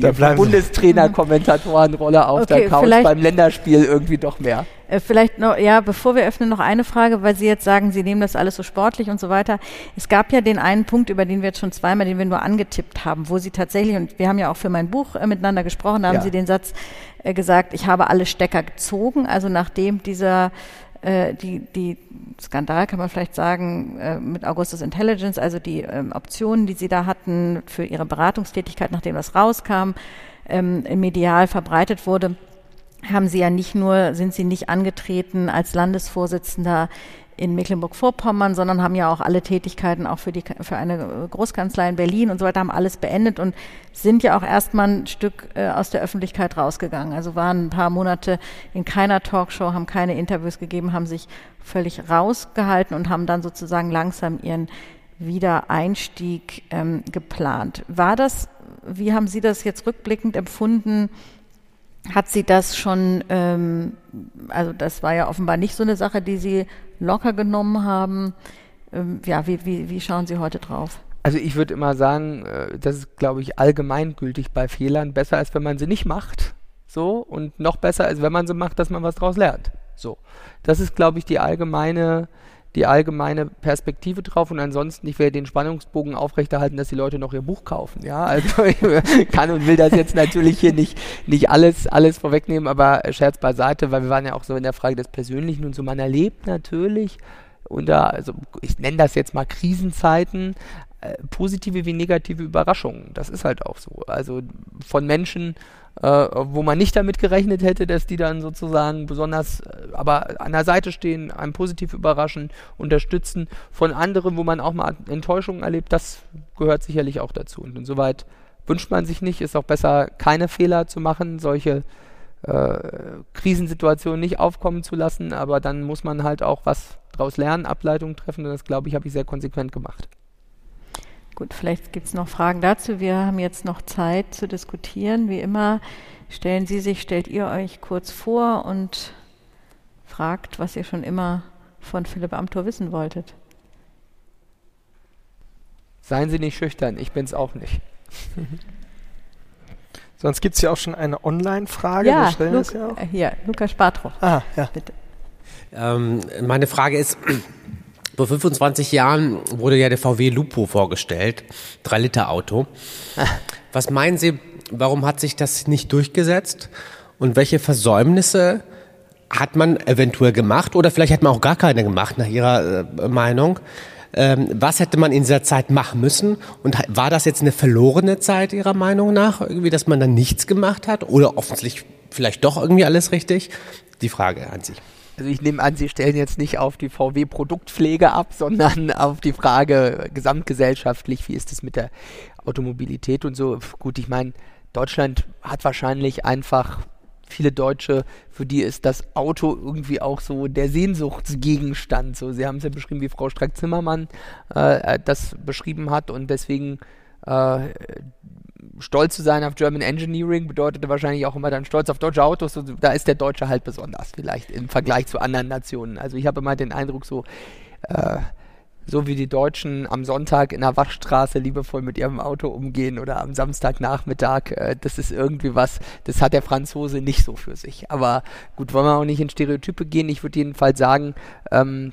Bundestrainer-Kommentatorenrolle auf okay, der Couch, beim Länderspiel irgendwie doch mehr. Äh, vielleicht noch, ja, bevor wir öffnen, noch eine Frage, weil Sie jetzt sagen, Sie nehmen das alles so sportlich und so weiter. Es gab ja den einen Punkt, über den wir jetzt schon zweimal, den wir nur angetippt haben, wo Sie tatsächlich, und wir haben ja auch für mein Buch äh, miteinander gesprochen, da haben ja. Sie den Satz äh, gesagt, ich habe alle Stecker gezogen, also nachdem dieser äh, die, die Skandal, kann man vielleicht sagen, äh, mit Augustus Intelligence, also die ähm, Optionen, die Sie da hatten für Ihre Beratungstätigkeit, nachdem das rauskam, ähm, medial verbreitet wurde, haben Sie ja nicht nur, sind Sie nicht angetreten als Landesvorsitzender in Mecklenburg-Vorpommern, sondern haben ja auch alle Tätigkeiten auch für die für eine Großkanzlei in Berlin und so weiter, haben alles beendet und sind ja auch erstmal ein Stück äh, aus der Öffentlichkeit rausgegangen. Also waren ein paar Monate in keiner Talkshow, haben keine Interviews gegeben, haben sich völlig rausgehalten und haben dann sozusagen langsam ihren Wiedereinstieg ähm, geplant. War das, wie haben Sie das jetzt rückblickend empfunden? Hat sie das schon, ähm, also das war ja offenbar nicht so eine Sache, die Sie locker genommen haben. Ähm, ja, wie, wie, wie schauen Sie heute drauf? Also ich würde immer sagen, äh, das ist, glaube ich, allgemeingültig bei Fehlern. Besser als wenn man sie nicht macht. So. Und noch besser als wenn man sie macht, dass man was draus lernt. So. Das ist, glaube ich, die allgemeine die allgemeine Perspektive drauf und ansonsten, ich werde den Spannungsbogen aufrechterhalten, dass die Leute noch ihr Buch kaufen, ja, also ich kann und will das jetzt natürlich hier nicht, nicht alles, alles vorwegnehmen, aber Scherz beiseite, weil wir waren ja auch so in der Frage des Persönlichen und so, man erlebt natürlich unter, also ich nenne das jetzt mal Krisenzeiten, äh, positive wie negative Überraschungen, das ist halt auch so, also von Menschen, Uh, wo man nicht damit gerechnet hätte, dass die dann sozusagen besonders, uh, aber an der Seite stehen, einem positiv überraschen, unterstützen, von anderen, wo man auch mal Enttäuschungen erlebt, das gehört sicherlich auch dazu. Und insoweit wünscht man sich nicht, ist auch besser, keine Fehler zu machen, solche uh, Krisensituationen nicht aufkommen zu lassen, aber dann muss man halt auch was draus lernen, Ableitungen treffen und das, glaube ich, habe ich sehr konsequent gemacht. Gut, vielleicht gibt es noch Fragen dazu. Wir haben jetzt noch Zeit zu diskutieren. Wie immer stellen Sie sich, stellt ihr euch kurz vor und fragt, was ihr schon immer von Philipp Amthor wissen wolltet. Seien Sie nicht schüchtern, ich bin es auch nicht. Sonst gibt es ja auch schon eine Online-Frage. Ja, Wir stellen Lu- das ja auch. äh, hier, Lukas Spartroch. Ah, ja. Bitte. Ähm, meine Frage ist, vor fünfundzwanzig Jahren wurde ja der V W Lupo vorgestellt, drei Liter Auto. Was meinen Sie, warum hat sich das nicht durchgesetzt? Und welche Versäumnisse hat man eventuell gemacht? Oder vielleicht hat man auch gar keine gemacht, nach Ihrer äh, Meinung. Ähm, was hätte man in dieser Zeit machen müssen? Und war das jetzt eine verlorene Zeit Ihrer Meinung nach, irgendwie, dass man dann nichts gemacht hat? Oder offensichtlich vielleicht doch irgendwie alles richtig? Die Frage an Sie. Also ich nehme an, Sie stellen jetzt nicht auf die V W-Produktpflege ab, sondern auf die Frage gesamtgesellschaftlich, wie ist es mit der Automobilität und so. Gut, ich meine, Deutschland hat wahrscheinlich einfach viele Deutsche, für die ist das Auto irgendwie auch so der Sehnsuchtsgegenstand. So, Sie haben es ja beschrieben, wie Frau Strack-Zimmermann äh, das beschrieben hat und deswegen äh, stolz zu sein auf German Engineering bedeutete wahrscheinlich auch immer dann stolz auf deutsche Autos. Und da ist der Deutsche halt besonders, vielleicht im Vergleich zu anderen Nationen. Also ich habe immer den Eindruck, so äh, so wie die Deutschen am Sonntag in der Waschstraße liebevoll mit ihrem Auto umgehen oder am Samstagnachmittag, äh, das ist irgendwie was, das hat der Franzose nicht so für sich. Aber gut, wollen wir auch nicht in Stereotype gehen. Ich würde jedenfalls sagen, ähm,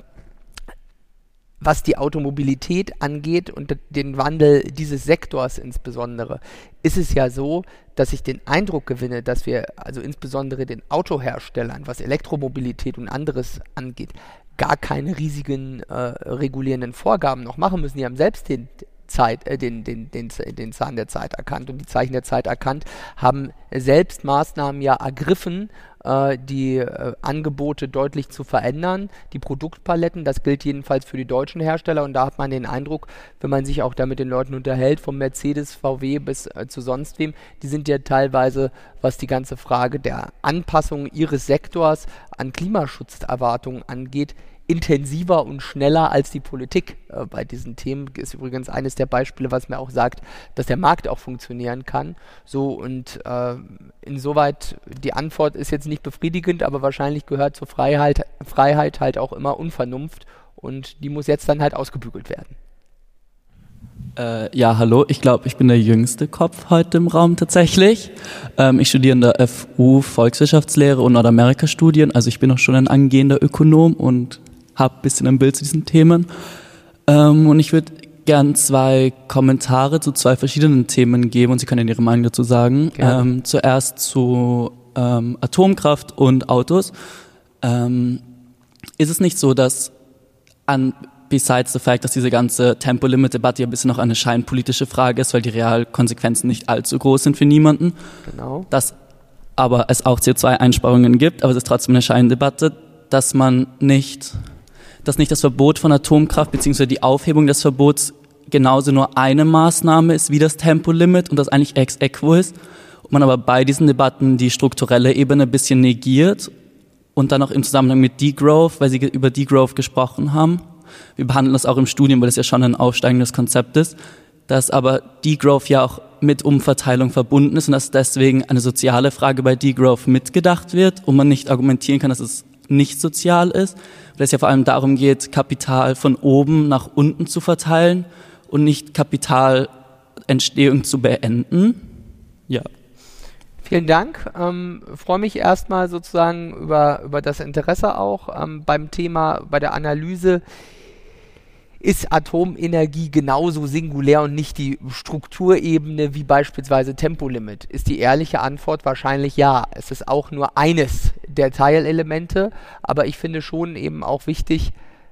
was die Automobilität angeht und den Wandel dieses Sektors insbesondere, ist es ja so, dass ich den Eindruck gewinne, dass wir also insbesondere den Autoherstellern, was Elektromobilität und anderes angeht, gar keine riesigen äh, regulierenden Vorgaben noch machen müssen. Die haben selbst den Zeit, äh, den, den, den, den Zahn der Zeit erkannt und die Zeichen der Zeit erkannt, haben selbst Maßnahmen ja ergriffen, äh, die äh, Angebote deutlich zu verändern, die Produktpaletten, das gilt jedenfalls für die deutschen Hersteller und da hat man den Eindruck, wenn man sich auch da mit den Leuten unterhält, vom Mercedes, V W bis äh, zu sonst wem, die sind ja teilweise, was die ganze Frage der Anpassung ihres Sektors an Klimaschutzerwartungen angeht, intensiver und schneller als die Politik äh, bei diesen Themen. Ist übrigens eines der Beispiele, was mir auch sagt, dass der Markt auch funktionieren kann. So und äh, insoweit, die Antwort ist jetzt nicht befriedigend, aber wahrscheinlich gehört zur Freiheit, Freiheit halt auch immer Unvernunft und die muss jetzt dann halt ausgebügelt werden. Äh, ja, hallo, ich glaube, ich bin der jüngste Kopf heute im Raum tatsächlich. Ähm, ich studiere in der F U Volkswirtschaftslehre und Nordamerika-Studien, also ich bin auch schon ein angehender Ökonom und habe ein bisschen ein Bild zu diesen Themen. Ähm, und ich würde gern zwei Kommentare zu zwei verschiedenen Themen geben und Sie können Ihre Meinung dazu sagen. Ähm, zuerst zu ähm, Atomkraft und Autos. Ähm, ist es nicht so, dass an besides the fact, dass diese ganze Tempolimit-Debatte ja ein bisschen noch eine scheinpolitische Frage ist, weil die Realkonsequenzen nicht allzu groß sind für niemanden. Genau. Dass aber es auch C O zwei Einsparungen gibt, aber es ist trotzdem eine Scheindebatte, dass man nicht, dass nicht das Verbot von Atomkraft bzw. die Aufhebung des Verbots genauso nur eine Maßnahme ist wie das Tempolimit und das eigentlich ex aequo ist und man aber bei diesen Debatten die strukturelle Ebene ein bisschen negiert und dann auch im Zusammenhang mit Degrowth, weil Sie über Degrowth gesprochen haben. Wir behandeln das auch im Studium, weil das ja schon ein aufsteigendes Konzept ist, dass aber Degrowth ja auch mit Umverteilung verbunden ist und dass deswegen eine soziale Frage bei Degrowth mitgedacht wird und man nicht argumentieren kann, dass es nicht sozial ist, weil es ja vor allem darum geht, Kapital von oben nach unten zu verteilen und nicht Kapitalentstehung zu beenden. Ja. Vielen Dank. Ähm, freue mich erstmal sozusagen über, über das Interesse auch ähm, beim Thema, bei der Analyse. Ist Atomenergie genauso singulär und nicht die Strukturebene wie beispielsweise Tempolimit? Ist die ehrliche Antwort wahrscheinlich ja. Es ist auch nur eines der Teilelemente, aber ich finde schon eben auch wichtig,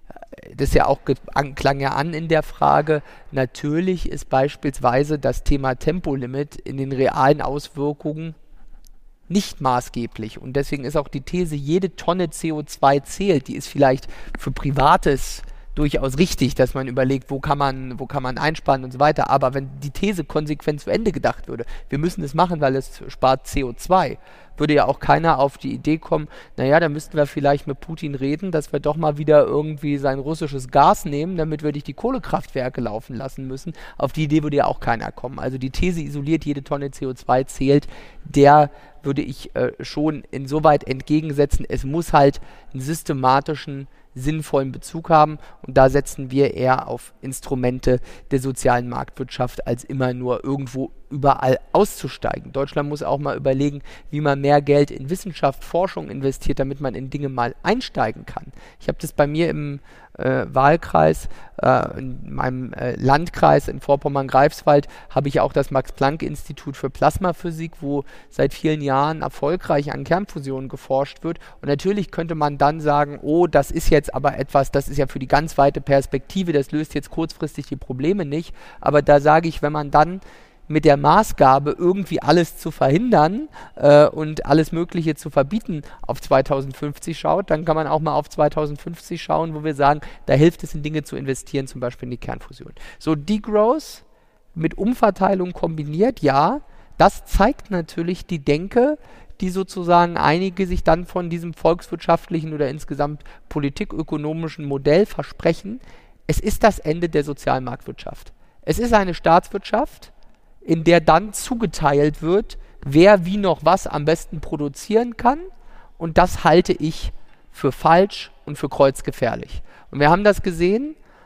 das ja auch klang ja an in der Frage, natürlich ist beispielsweise das Thema Tempolimit in den realen Auswirkungen nicht maßgeblich und deswegen ist auch die These, jede Tonne C O zwei zählt, die ist vielleicht für Privates durchaus richtig, dass man überlegt, wo kann man, wo kann man einsparen und so weiter. Aber wenn die These konsequent zu Ende gedacht würde, wir müssen es machen, weil es spart C O zwei, würde ja auch keiner auf die Idee kommen, naja, da müssten wir vielleicht mit Putin reden, dass wir doch mal wieder irgendwie sein russisches Gas nehmen, damit wir nicht die Kohlekraftwerke laufen lassen müssen. Auf die Idee würde ja auch keiner kommen. Also die These isoliert, jede Tonne C O zwei zählt, der würde ich äh, schon insoweit entgegensetzen, es muss halt einen systematischen sinnvollen Bezug haben und da setzen wir eher auf Instrumente der sozialen Marktwirtschaft, als immer nur irgendwo überall auszusteigen. Deutschland muss auch mal überlegen, wie man mehr Geld in Wissenschaft, Forschung investiert, damit man in Dinge mal einsteigen kann. Ich habe das bei mir im äh, Wahlkreis, äh, in meinem äh, Landkreis in Vorpommern-Greifswald, habe ich auch das Max-Planck-Institut für Plasmaphysik, wo seit vielen Jahren erfolgreich an Kernfusionen geforscht wird. Und natürlich könnte man dann sagen, oh, das ist jetzt aber etwas, das ist ja für die ganz weite Perspektive, das löst jetzt kurzfristig die Probleme nicht. Aber da sage ich, wenn man dann mit der Maßgabe, irgendwie alles zu verhindern äh, und alles Mögliche zu verbieten, auf zweitausendfünfzig schaut, dann kann man auch mal auf zweitausendfünfzig schauen, wo wir sagen, da hilft es in Dinge zu investieren, zum Beispiel in die Kernfusion. So, Degrowth mit Umverteilung kombiniert, ja, das zeigt natürlich die Denke, die sozusagen einige sich dann von diesem volkswirtschaftlichen oder insgesamt politikökonomischen Modell versprechen. Es ist das Ende der sozialen Marktwirtschaft. Es ist eine Staatswirtschaft, in der dann zugeteilt wird, wer wie noch was am besten produzieren kann. Und das halte ich für falsch und für kreuzgefährlich. Und wir haben das gesehen,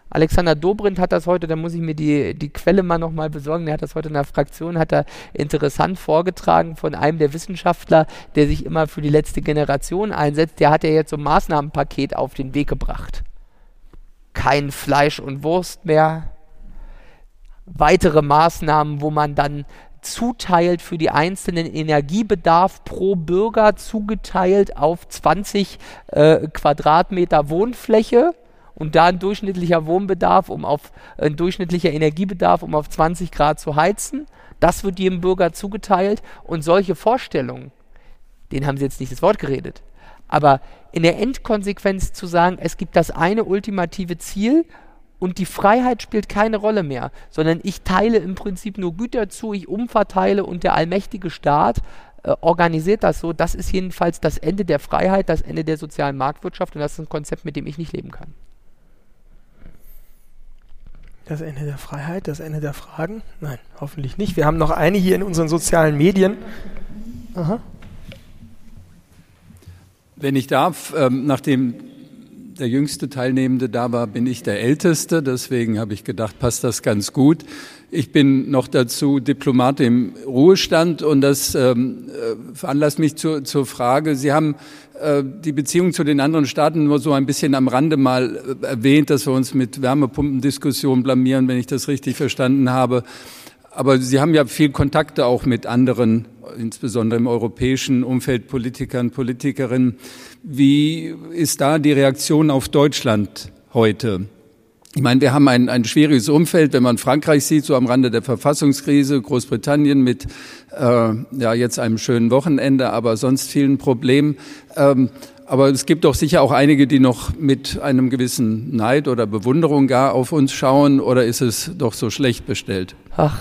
Alexander Dobrindt hat das heute, da muss ich mir die, die Quelle mal nochmal besorgen, der hat das heute in der Fraktion, hat er interessant vorgetragen von einem der Wissenschaftler, der sich immer für die letzte Generation einsetzt, der hat ja jetzt so ein Maßnahmenpaket auf den Weg gebracht. Kein Fleisch und Wurst mehr, weitere Maßnahmen, wo man dann zuteilt für die einzelnen Energiebedarf pro Bürger, zugeteilt auf zwanzig äh, Quadratmeter Wohnfläche und da ein durchschnittlicher Wohnbedarf, um auf ein durchschnittlicher Energiebedarf, um auf zwanzig Grad zu heizen. Das wird jedem Bürger zugeteilt und solche Vorstellungen, denen haben sie jetzt nicht das Wort geredet, aber in der Endkonsequenz zu sagen, es gibt das eine ultimative Ziel und die Freiheit spielt keine Rolle mehr, sondern ich teile im Prinzip nur Güter zu, ich umverteile und der allmächtige Staat äh, organisiert das so. Das ist jedenfalls das Ende der Freiheit, das Ende der sozialen Marktwirtschaft und das ist ein Konzept, mit dem ich nicht leben kann. Das Ende der Freiheit, das Ende der Fragen? Nein, hoffentlich nicht. Wir haben noch eine hier in unseren sozialen Medien. Aha. Wenn ich darf, ähm, nachdem der jüngste Teilnehmende da war, bin ich der Älteste. Deswegen habe ich gedacht, passt das ganz gut. Ich bin noch dazu Diplomat im Ruhestand und das ähm, veranlasst mich zu, zur Frage, Sie haben äh, die Beziehung zu den anderen Staaten nur so ein bisschen am Rande mal äh, erwähnt, dass wir uns mit Wärmepumpendiskussionen blamieren, wenn ich das richtig verstanden habe. Aber Sie haben ja viel Kontakte auch mit anderen, insbesondere im europäischen Umfeld, Politikern, Politikerinnen. Wie ist da die Reaktion auf Deutschland heute? Ich meine, wir haben ein, ein schwieriges Umfeld, wenn man Frankreich sieht, so am Rande der Verfassungskrise, Großbritannien mit äh, ja jetzt einem schönen Wochenende, aber sonst vielen Problemen. Ähm, aber es gibt doch sicher auch einige, die noch mit einem gewissen Neid oder Bewunderung gar auf uns schauen, oder ist es doch so schlecht bestellt? Ach,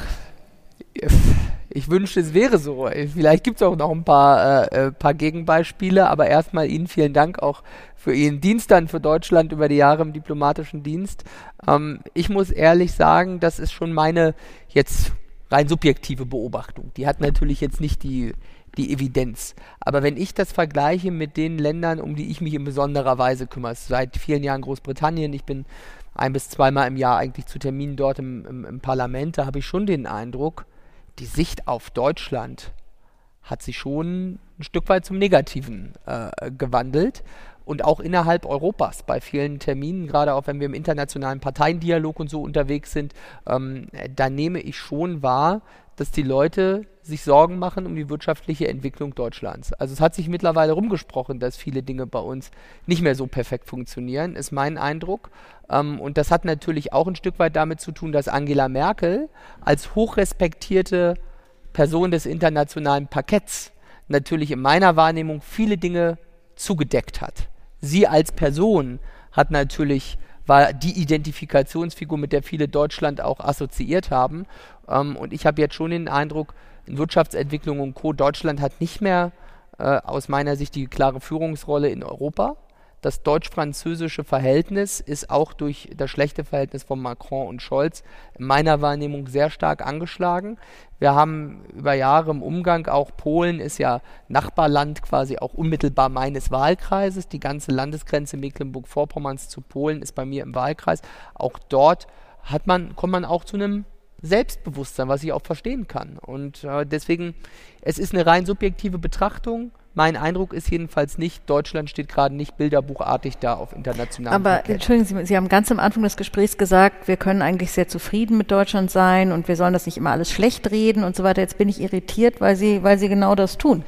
ich wünschte, es wäre so. Vielleicht gibt es auch noch ein paar, äh, paar Gegenbeispiele, aber erstmal Ihnen vielen Dank auch für Ihren Dienst dann für Deutschland über die Jahre im diplomatischen Dienst. Ähm, ich muss ehrlich sagen, das ist schon meine jetzt rein subjektive Beobachtung. Die hat natürlich jetzt nicht die, die Evidenz. Aber wenn ich das vergleiche mit den Ländern, um die ich mich in besonderer Weise kümmere, seit vielen Jahren Großbritannien, ich bin ein- bis zweimal im Jahr eigentlich zu Terminen dort im, im, im Parlament, da habe ich schon den Eindruck, die Sicht auf Deutschland hat sich schon ein Stück weit zum Negativen äh, gewandelt. Und auch innerhalb Europas bei vielen Terminen, gerade auch wenn wir im internationalen Parteiendialog und so unterwegs sind, ähm, da nehme ich schon wahr, dass die Leute sich Sorgen machen um die wirtschaftliche Entwicklung Deutschlands. Also es hat sich mittlerweile rumgesprochen, dass viele Dinge bei uns nicht mehr so perfekt funktionieren, ist mein Eindruck. Ähm, und das hat natürlich auch ein Stück weit damit zu tun, dass Angela Merkel als hochrespektierte Person des internationalen Parketts natürlich in meiner Wahrnehmung viele Dinge zugedeckt hat. Sie als Person hat natürlich, war die Identifikationsfigur, mit der viele Deutschland auch assoziiert haben. Ähm, und ich habe jetzt schon den Eindruck, in Wirtschaftsentwicklung und Co. Deutschland hat nicht mehr äh, aus meiner Sicht die klare Führungsrolle in Europa. Das deutsch-französische Verhältnis ist auch durch das schlechte Verhältnis von Macron und Scholz in meiner Wahrnehmung sehr stark angeschlagen. Wir haben über Jahre im Umgang, auch Polen ist ja Nachbarland quasi auch unmittelbar meines Wahlkreises. Die ganze Landesgrenze Mecklenburg-Vorpommerns zu Polen ist bei mir im Wahlkreis. Auch dort hat man, kommt man auch zu einem Selbstbewusstsein, was ich auch verstehen kann. Und äh, deswegen, es ist eine rein subjektive Betrachtung. Mein Eindruck ist jedenfalls nicht, Deutschland steht gerade nicht bilderbuchartig da auf internationalem Aber Parkett. Entschuldigen Sie, Sie haben ganz am Anfang des Gesprächs gesagt, wir können eigentlich sehr zufrieden mit Deutschland sein und wir sollen das nicht immer alles schlecht reden und so weiter. Jetzt bin ich irritiert, weil Sie, weil Sie genau das tun.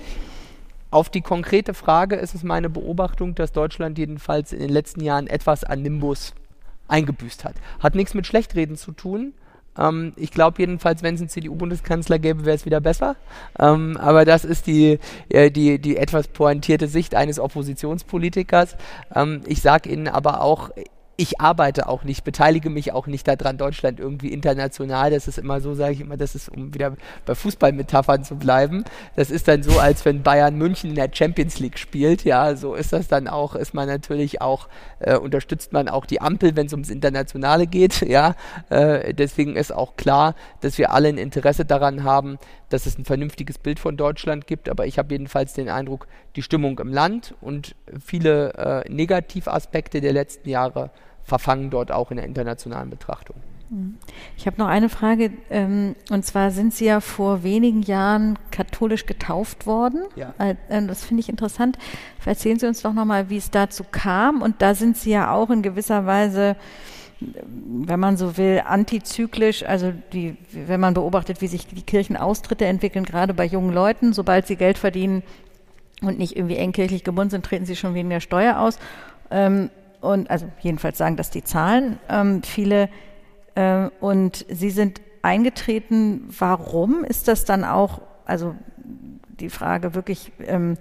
Auf die konkrete Frage ist es meine Beobachtung, dass Deutschland jedenfalls in den letzten Jahren etwas an Nimbus eingebüßt hat. Hat nichts mit Schlechtreden zu tun. Ähm, ich glaube jedenfalls, wenn es einen C D U-Bundeskanzler gäbe, wäre es wieder besser. Ähm, aber das ist die, äh, die, die etwas pointierte Sicht eines Oppositionspolitikers. Ähm, ich sage Ihnen aber auch, ich arbeite auch nicht, beteilige mich auch nicht daran, Deutschland irgendwie international, das ist immer so, sage ich immer, das ist, um wieder bei Fußballmetaphern zu bleiben, das ist dann so, als wenn Bayern München in der Champions League spielt, ja, so ist das dann auch, ist man natürlich auch, äh, unterstützt man auch die Ampel, wenn es ums Internationale geht, ja, äh, deswegen ist auch klar, dass wir alle ein Interesse daran haben, dass es ein vernünftiges Bild von Deutschland gibt, aber ich habe jedenfalls den Eindruck, die Stimmung im Land und viele äh, Negativaspekte der letzten Jahre verfangen dort auch in der internationalen Betrachtung. Ich habe noch eine Frage, ähm, und zwar sind Sie ja vor wenigen Jahren katholisch getauft worden. Ja. Äh, das finde ich interessant. Erzählen Sie uns doch nochmal, wie es dazu kam. Und da sind Sie ja auch in gewisser Weise, wenn man so will, antizyklisch. Also die, wenn man beobachtet, wie sich die Kirchenaustritte entwickeln, gerade bei jungen Leuten, sobald sie Geld verdienen und nicht irgendwie eng kirchlich gebunden sind, treten sie schon weniger Steuer aus. Ähm, und also jedenfalls sagen das die Zahlen. Ähm, viele Und Sie sind eingetreten. Warum ist das dann auch, also die Frage wirklich, ähm,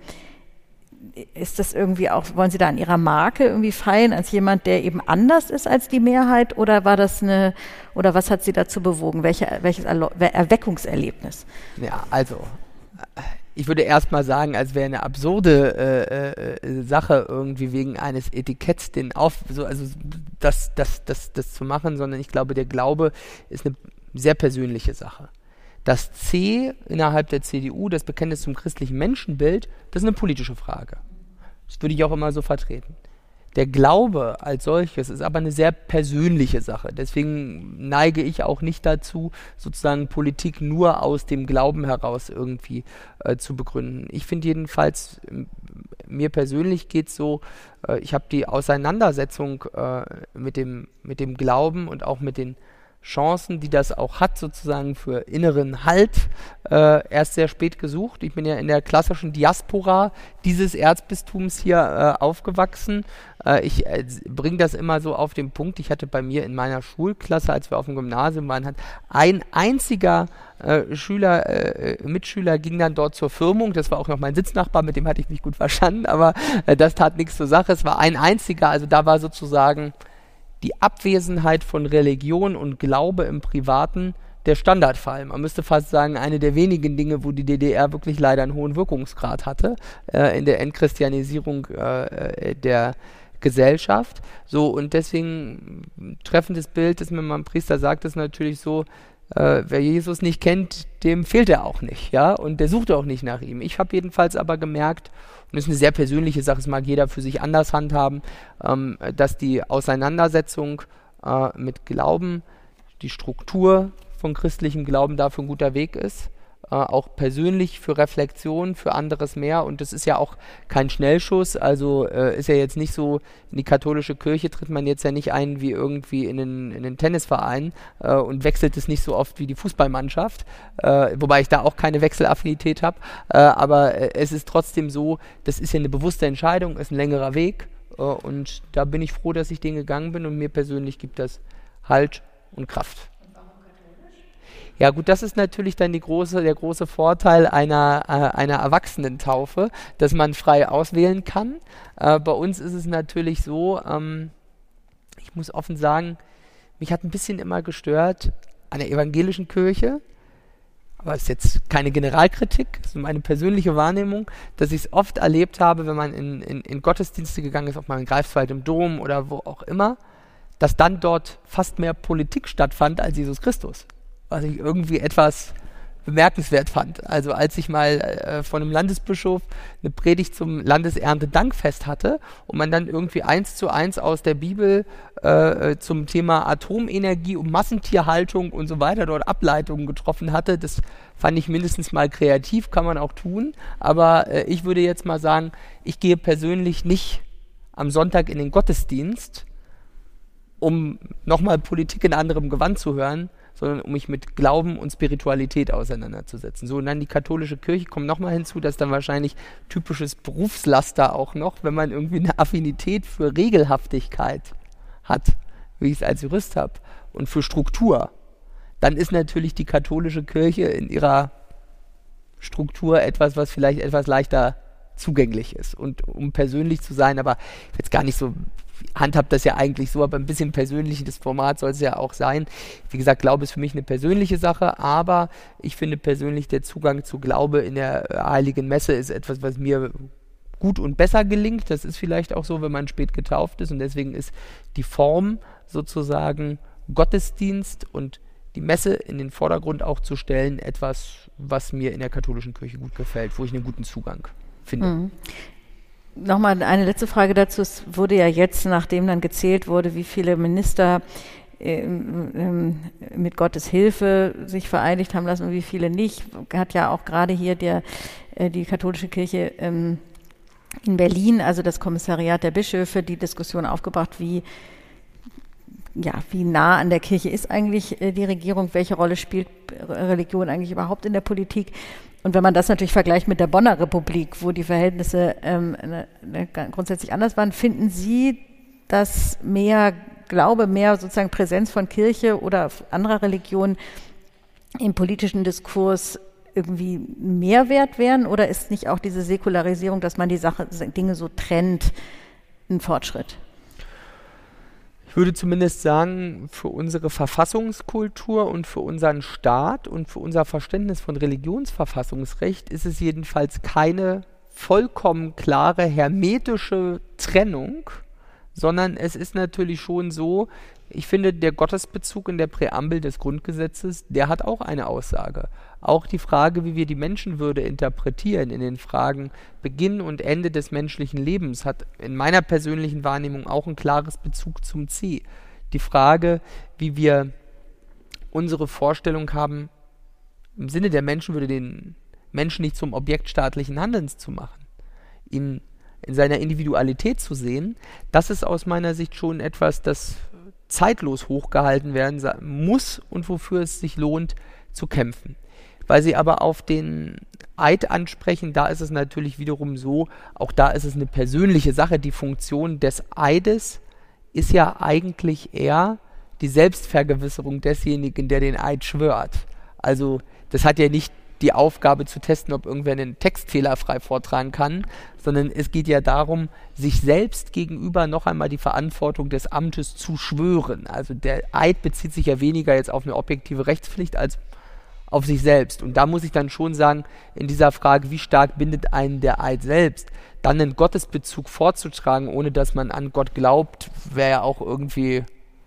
ist das irgendwie auch, wollen Sie da an Ihrer Marke irgendwie feiern als jemand, der eben anders ist als die Mehrheit, oder war das eine, oder was hat Sie dazu bewogen? Welche, welches Erlo- Erweckungserlebnis? Ja, also ich würde erst mal sagen, als wäre eine absurde äh, äh, Sache irgendwie wegen eines Etiketts den auf, so, also das, das, das, das zu machen, sondern ich glaube, der Glaube ist eine sehr persönliche Sache. Das C innerhalb der C D U, das Bekenntnis zum christlichen Menschenbild, das ist eine politische Frage. Das würde ich auch immer so vertreten. Der Glaube als solches ist aber eine sehr persönliche Sache. Deswegen neige ich auch nicht dazu, sozusagen Politik nur aus dem Glauben heraus irgendwie äh, zu begründen. Ich finde jedenfalls, mir persönlich geht es so, äh, ich habe die Auseinandersetzung äh, mit dem, mit dem Glauben und auch mit den Chancen, die das auch hat, sozusagen für inneren Halt, äh, erst sehr spät gesucht. Ich bin ja in der klassischen Diaspora dieses Erzbistums hier äh, aufgewachsen. Äh, ich äh, bringe das immer so auf den Punkt. Ich hatte bei mir in meiner Schulklasse, als wir auf dem Gymnasium waren, hat ein einziger äh, Schüler, äh, Mitschüler ging dann dort zur Firmung. Das war auch noch mein Sitznachbar, mit dem hatte ich mich gut verstanden, aber äh, das tat nichts zur Sache. Es war ein einziger, also da war sozusagen die Abwesenheit von Religion und Glaube im Privaten der Standardfall. Man müsste fast sagen, eine der wenigen Dinge, wo die D D R wirklich leider einen hohen Wirkungsgrad hatte, äh, in der Entchristianisierung äh, der Gesellschaft. So, und deswegen treffendes Bild, das mir mein Priester sagt, ist natürlich so, äh, wer Jesus nicht kennt, dem fehlt er auch nicht, ja, und der sucht auch nicht nach ihm. Ich habe jedenfalls aber gemerkt, und das ist eine sehr persönliche Sache, das mag jeder für sich anders handhaben, ähm, dass die Auseinandersetzung äh, mit Glauben, die Struktur von christlichem Glauben dafür ein guter Weg ist, äh, auch persönlich für Reflexion, für anderes mehr, und das ist ja auch kein Schnellschuss, also äh, ist ja jetzt nicht so, in die katholische Kirche tritt man jetzt ja nicht ein wie irgendwie in den, in den Tennisverein äh, und wechselt es nicht so oft wie die Fußballmannschaft, äh, wobei ich da auch keine Wechselaffinität habe, äh, aber äh, es ist trotzdem so, das ist ja eine bewusste Entscheidung, ist ein längerer Weg, äh, und da bin ich froh, dass ich den gegangen bin, und mir persönlich gibt das Halt und Kraft. Ja gut, das ist natürlich dann die große, der große Vorteil einer, äh, einer Erwachsenentaufe, dass man frei auswählen kann. Äh, bei uns ist es natürlich so, ähm, ich muss offen sagen, mich hat ein bisschen immer gestört an der evangelischen Kirche, aber es ist jetzt keine Generalkritik, es ist meine persönliche Wahrnehmung, dass ich es oft erlebt habe, wenn man in, in, in Gottesdienste gegangen ist, ob man in Greifswald im Dom oder wo auch immer, dass dann dort fast mehr Politik stattfand als Jesus Christus. Was ich irgendwie etwas bemerkenswert fand. Also als ich mal äh, von einem Landesbischof eine Predigt zum Landeserntedankfest hatte und man dann irgendwie eins zu eins aus der Bibel äh, zum Thema Atomenergie und Massentierhaltung und so weiter dort Ableitungen getroffen hatte, das fand ich mindestens mal kreativ, kann man auch tun. Aber äh, ich würde jetzt mal sagen, ich gehe persönlich nicht am Sonntag in den Gottesdienst, um nochmal Politik in anderem Gewand zu hören, sondern um mich mit Glauben und Spiritualität auseinanderzusetzen. So, und dann die katholische Kirche kommt nochmal hinzu, dass dann wahrscheinlich typisches Berufslaster auch noch, wenn man irgendwie eine Affinität für Regelhaftigkeit hat, wie ich es als Jurist habe, und für Struktur, dann ist natürlich die katholische Kirche in ihrer Struktur etwas, was vielleicht etwas leichter zugänglich ist. Und um persönlich zu sein, aber jetzt gar nicht so, handhabt das ja eigentlich so, aber ein bisschen persönliches Format soll es ja auch sein. Wie gesagt, Glaube ist für mich eine persönliche Sache, aber ich finde persönlich, der Zugang zu Glaube in der Heiligen Messe ist etwas, was mir gut und besser gelingt. Das ist vielleicht auch so, wenn man spät getauft ist, und deswegen ist die Form sozusagen Gottesdienst und die Messe in den Vordergrund auch zu stellen, etwas, was mir in der katholischen Kirche gut gefällt, wo ich einen guten Zugang finde. Mhm. Nochmal eine letzte Frage dazu. Es wurde ja jetzt, nachdem dann gezählt wurde, wie viele Minister ähm, ähm, mit Gottes Hilfe sich vereidigt haben lassen und wie viele nicht, hat ja auch gerade hier der, äh, die katholische Kirche ähm, in Berlin, also das Kommissariat der Bischöfe, die Diskussion aufgebracht, wie, ja, wie nah an der Kirche ist eigentlich äh, die Regierung, welche Rolle spielt Religion eigentlich überhaupt in der Politik? Und wenn man das natürlich vergleicht mit der Bonner Republik, wo die Verhältnisse ähm, ne, ne, grundsätzlich anders waren, finden Sie, dass mehr Glaube, mehr sozusagen Präsenz von Kirche oder anderer Religionen im politischen Diskurs irgendwie Mehrwert wären? Oder ist nicht auch diese Säkularisierung, dass man die Sache, Dinge so trennt, ein Fortschritt? Ich würde zumindest sagen, für unsere Verfassungskultur und für unseren Staat und für unser Verständnis von Religionsverfassungsrecht ist es jedenfalls keine vollkommen klare hermetische Trennung, sondern es ist natürlich schon so, ich finde, der Gottesbezug in der Präambel des Grundgesetzes, der hat auch eine Aussage. Auch die Frage, wie wir die Menschenwürde interpretieren in den Fragen Beginn und Ende des menschlichen Lebens, hat in meiner persönlichen Wahrnehmung auch ein klares Bezug zum C. Die Frage, wie wir unsere Vorstellung haben, im Sinne der Menschenwürde den Menschen nicht zum Objekt staatlichen Handelns zu machen, ihn in seiner Individualität zu sehen, das ist aus meiner Sicht schon etwas, das zeitlos hochgehalten werden muss und wofür es sich lohnt zu kämpfen. Weil Sie aber auf den Eid ansprechen, da ist es natürlich wiederum so, auch da ist es eine persönliche Sache, die Funktion des Eides ist ja eigentlich eher die Selbstvergewisserung desjenigen, der den Eid schwört. Also das hat ja nicht die Aufgabe zu testen, ob irgendwer einen Text fehlerfrei vortragen kann, sondern es geht ja darum, sich selbst gegenüber noch einmal die Verantwortung des Amtes zu schwören. Also der Eid bezieht sich ja weniger jetzt auf eine objektive Rechtspflicht als auf sich selbst. Und da muss ich dann schon sagen, in dieser Frage, wie stark bindet einen der Eid selbst, dann einen Gottesbezug vorzutragen, ohne dass man an Gott glaubt, wäre ja auch irgendwie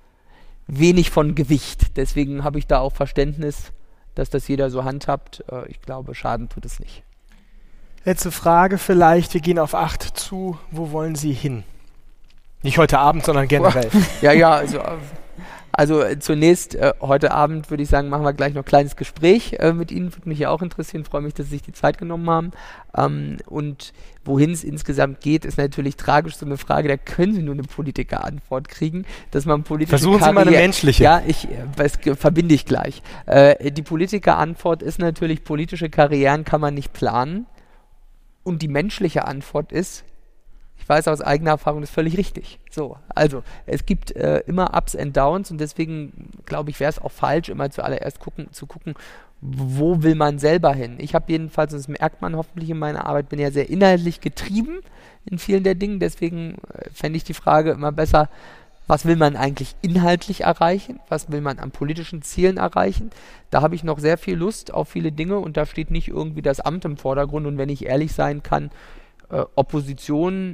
wenig von Gewicht. Deswegen habe ich da auch Verständnis, dass das jeder so handhabt. Ich glaube, Schaden tut es nicht. Letzte Frage vielleicht. Wir gehen auf acht zu. Wo wollen Sie hin? Nicht heute Abend, sondern generell. Ja, ja, also, also zunächst äh, heute Abend würde ich sagen, machen wir gleich noch ein kleines Gespräch äh, mit Ihnen. Würde mich ja auch interessieren. Freue mich, dass Sie sich die Zeit genommen haben. Ähm, und wohin es insgesamt geht, ist natürlich tragisch so eine Frage, da können Sie nur eine Politikerantwort kriegen, dass man politische Versuchen Sie mal eine menschliche. Ja, ich, das verbinde ich gleich. Äh, die Politikerantwort ist natürlich, politische Karrieren kann man nicht planen. Und die menschliche Antwort ist, ich weiß aus eigener Erfahrung, das ist völlig richtig. So, also es gibt äh, immer Ups and Downs und deswegen glaube ich, wäre es auch falsch, immer zuallererst gucken, zu gucken, wo will man selber hin. Ich habe jedenfalls, und das merkt man hoffentlich in meiner Arbeit, bin ja sehr inhaltlich getrieben in vielen der Dinge, deswegen äh, fände ich die Frage immer besser, was will man eigentlich inhaltlich erreichen, was will man an politischen Zielen erreichen. Da habe ich noch sehr viel Lust auf viele Dinge und da steht nicht irgendwie das Amt im Vordergrund und wenn ich ehrlich sein kann, äh, Opposition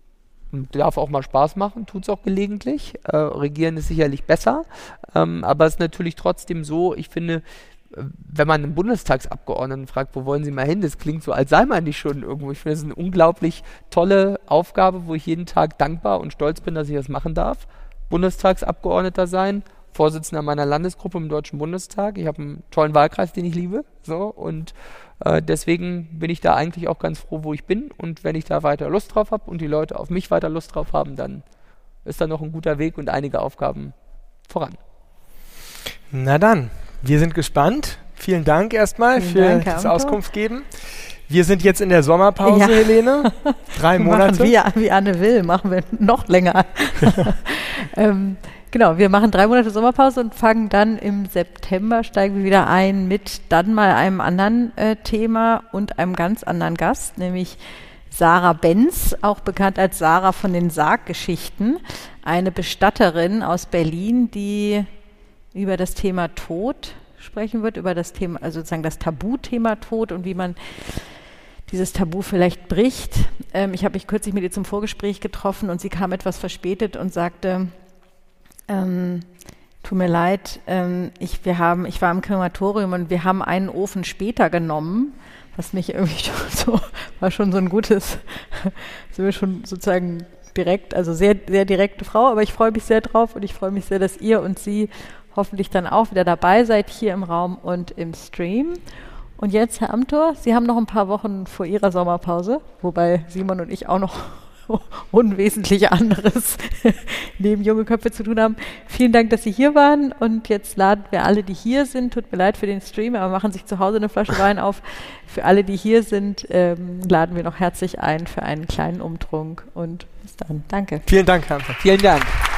darf auch mal Spaß machen, tut es auch gelegentlich. Äh, regieren ist sicherlich besser, ähm, aber es ist natürlich trotzdem so, ich finde, wenn man einen Bundestagsabgeordneten fragt, wo wollen Sie mal hin, das klingt so, als sei man nicht schon irgendwo. Ich finde, das ist eine unglaublich tolle Aufgabe, wo ich jeden Tag dankbar und stolz bin, dass ich das machen darf. Bundestagsabgeordneter sein, Vorsitzender meiner Landesgruppe im Deutschen Bundestag. Ich habe einen tollen Wahlkreis, den ich liebe. So, und äh, deswegen bin ich da eigentlich auch ganz froh, wo ich bin. Und wenn ich da weiter Lust drauf habe und die Leute auf mich weiter Lust drauf haben, dann ist da noch ein guter Weg und einige Aufgaben voran. Na dann, wir sind gespannt. Vielen Dank erstmal Vielen für Dank, das Amtor. Auskunft geben. Wir sind jetzt in der Sommerpause, Ja. Helene. Drei Wir Monate. Machen, wie, wie Anne will, machen wir noch länger. ähm, genau, wir machen drei Monate Sommerpause und fangen dann im September, steigen wir wieder ein mit dann mal einem anderen äh, Thema und einem ganz anderen Gast, nämlich Sarah Benz, auch bekannt als Sarah von den Sarggeschichten, eine Bestatterin aus Berlin, die über das Thema Tod sprechen wird, über das Thema, also sozusagen das Tabuthema Tod und wie man dieses Tabu vielleicht bricht. Ähm, ich habe mich kürzlich mit ihr zum Vorgespräch getroffen und sie kam etwas verspätet und sagte, ähm, tut mir leid, ähm, ich, wir haben, ich war im Krematorium und wir haben einen Ofen später genommen, was mich irgendwie schon so, war schon so ein gutes, sind wir schon sozusagen direkt, also sehr, sehr direkte Frau, aber ich freue mich sehr drauf und ich freue mich sehr, dass ihr und sie hoffentlich dann auch wieder dabei seid hier im Raum und im Stream. Und jetzt, Herr Amthor, Sie haben noch ein paar Wochen vor Ihrer Sommerpause, wobei Simon und ich auch noch unwesentlich anderes neben junge Köpfe zu tun haben. Vielen Dank, dass Sie hier waren und jetzt laden wir alle, die hier sind, tut mir leid für den Stream, aber machen sich zu Hause eine Flasche Wein auf. Für alle, die hier sind, ähm, laden wir noch herzlich ein für einen kleinen Umtrunk und bis dann. Danke. Vielen Dank, Herr Amthor. Vielen Dank.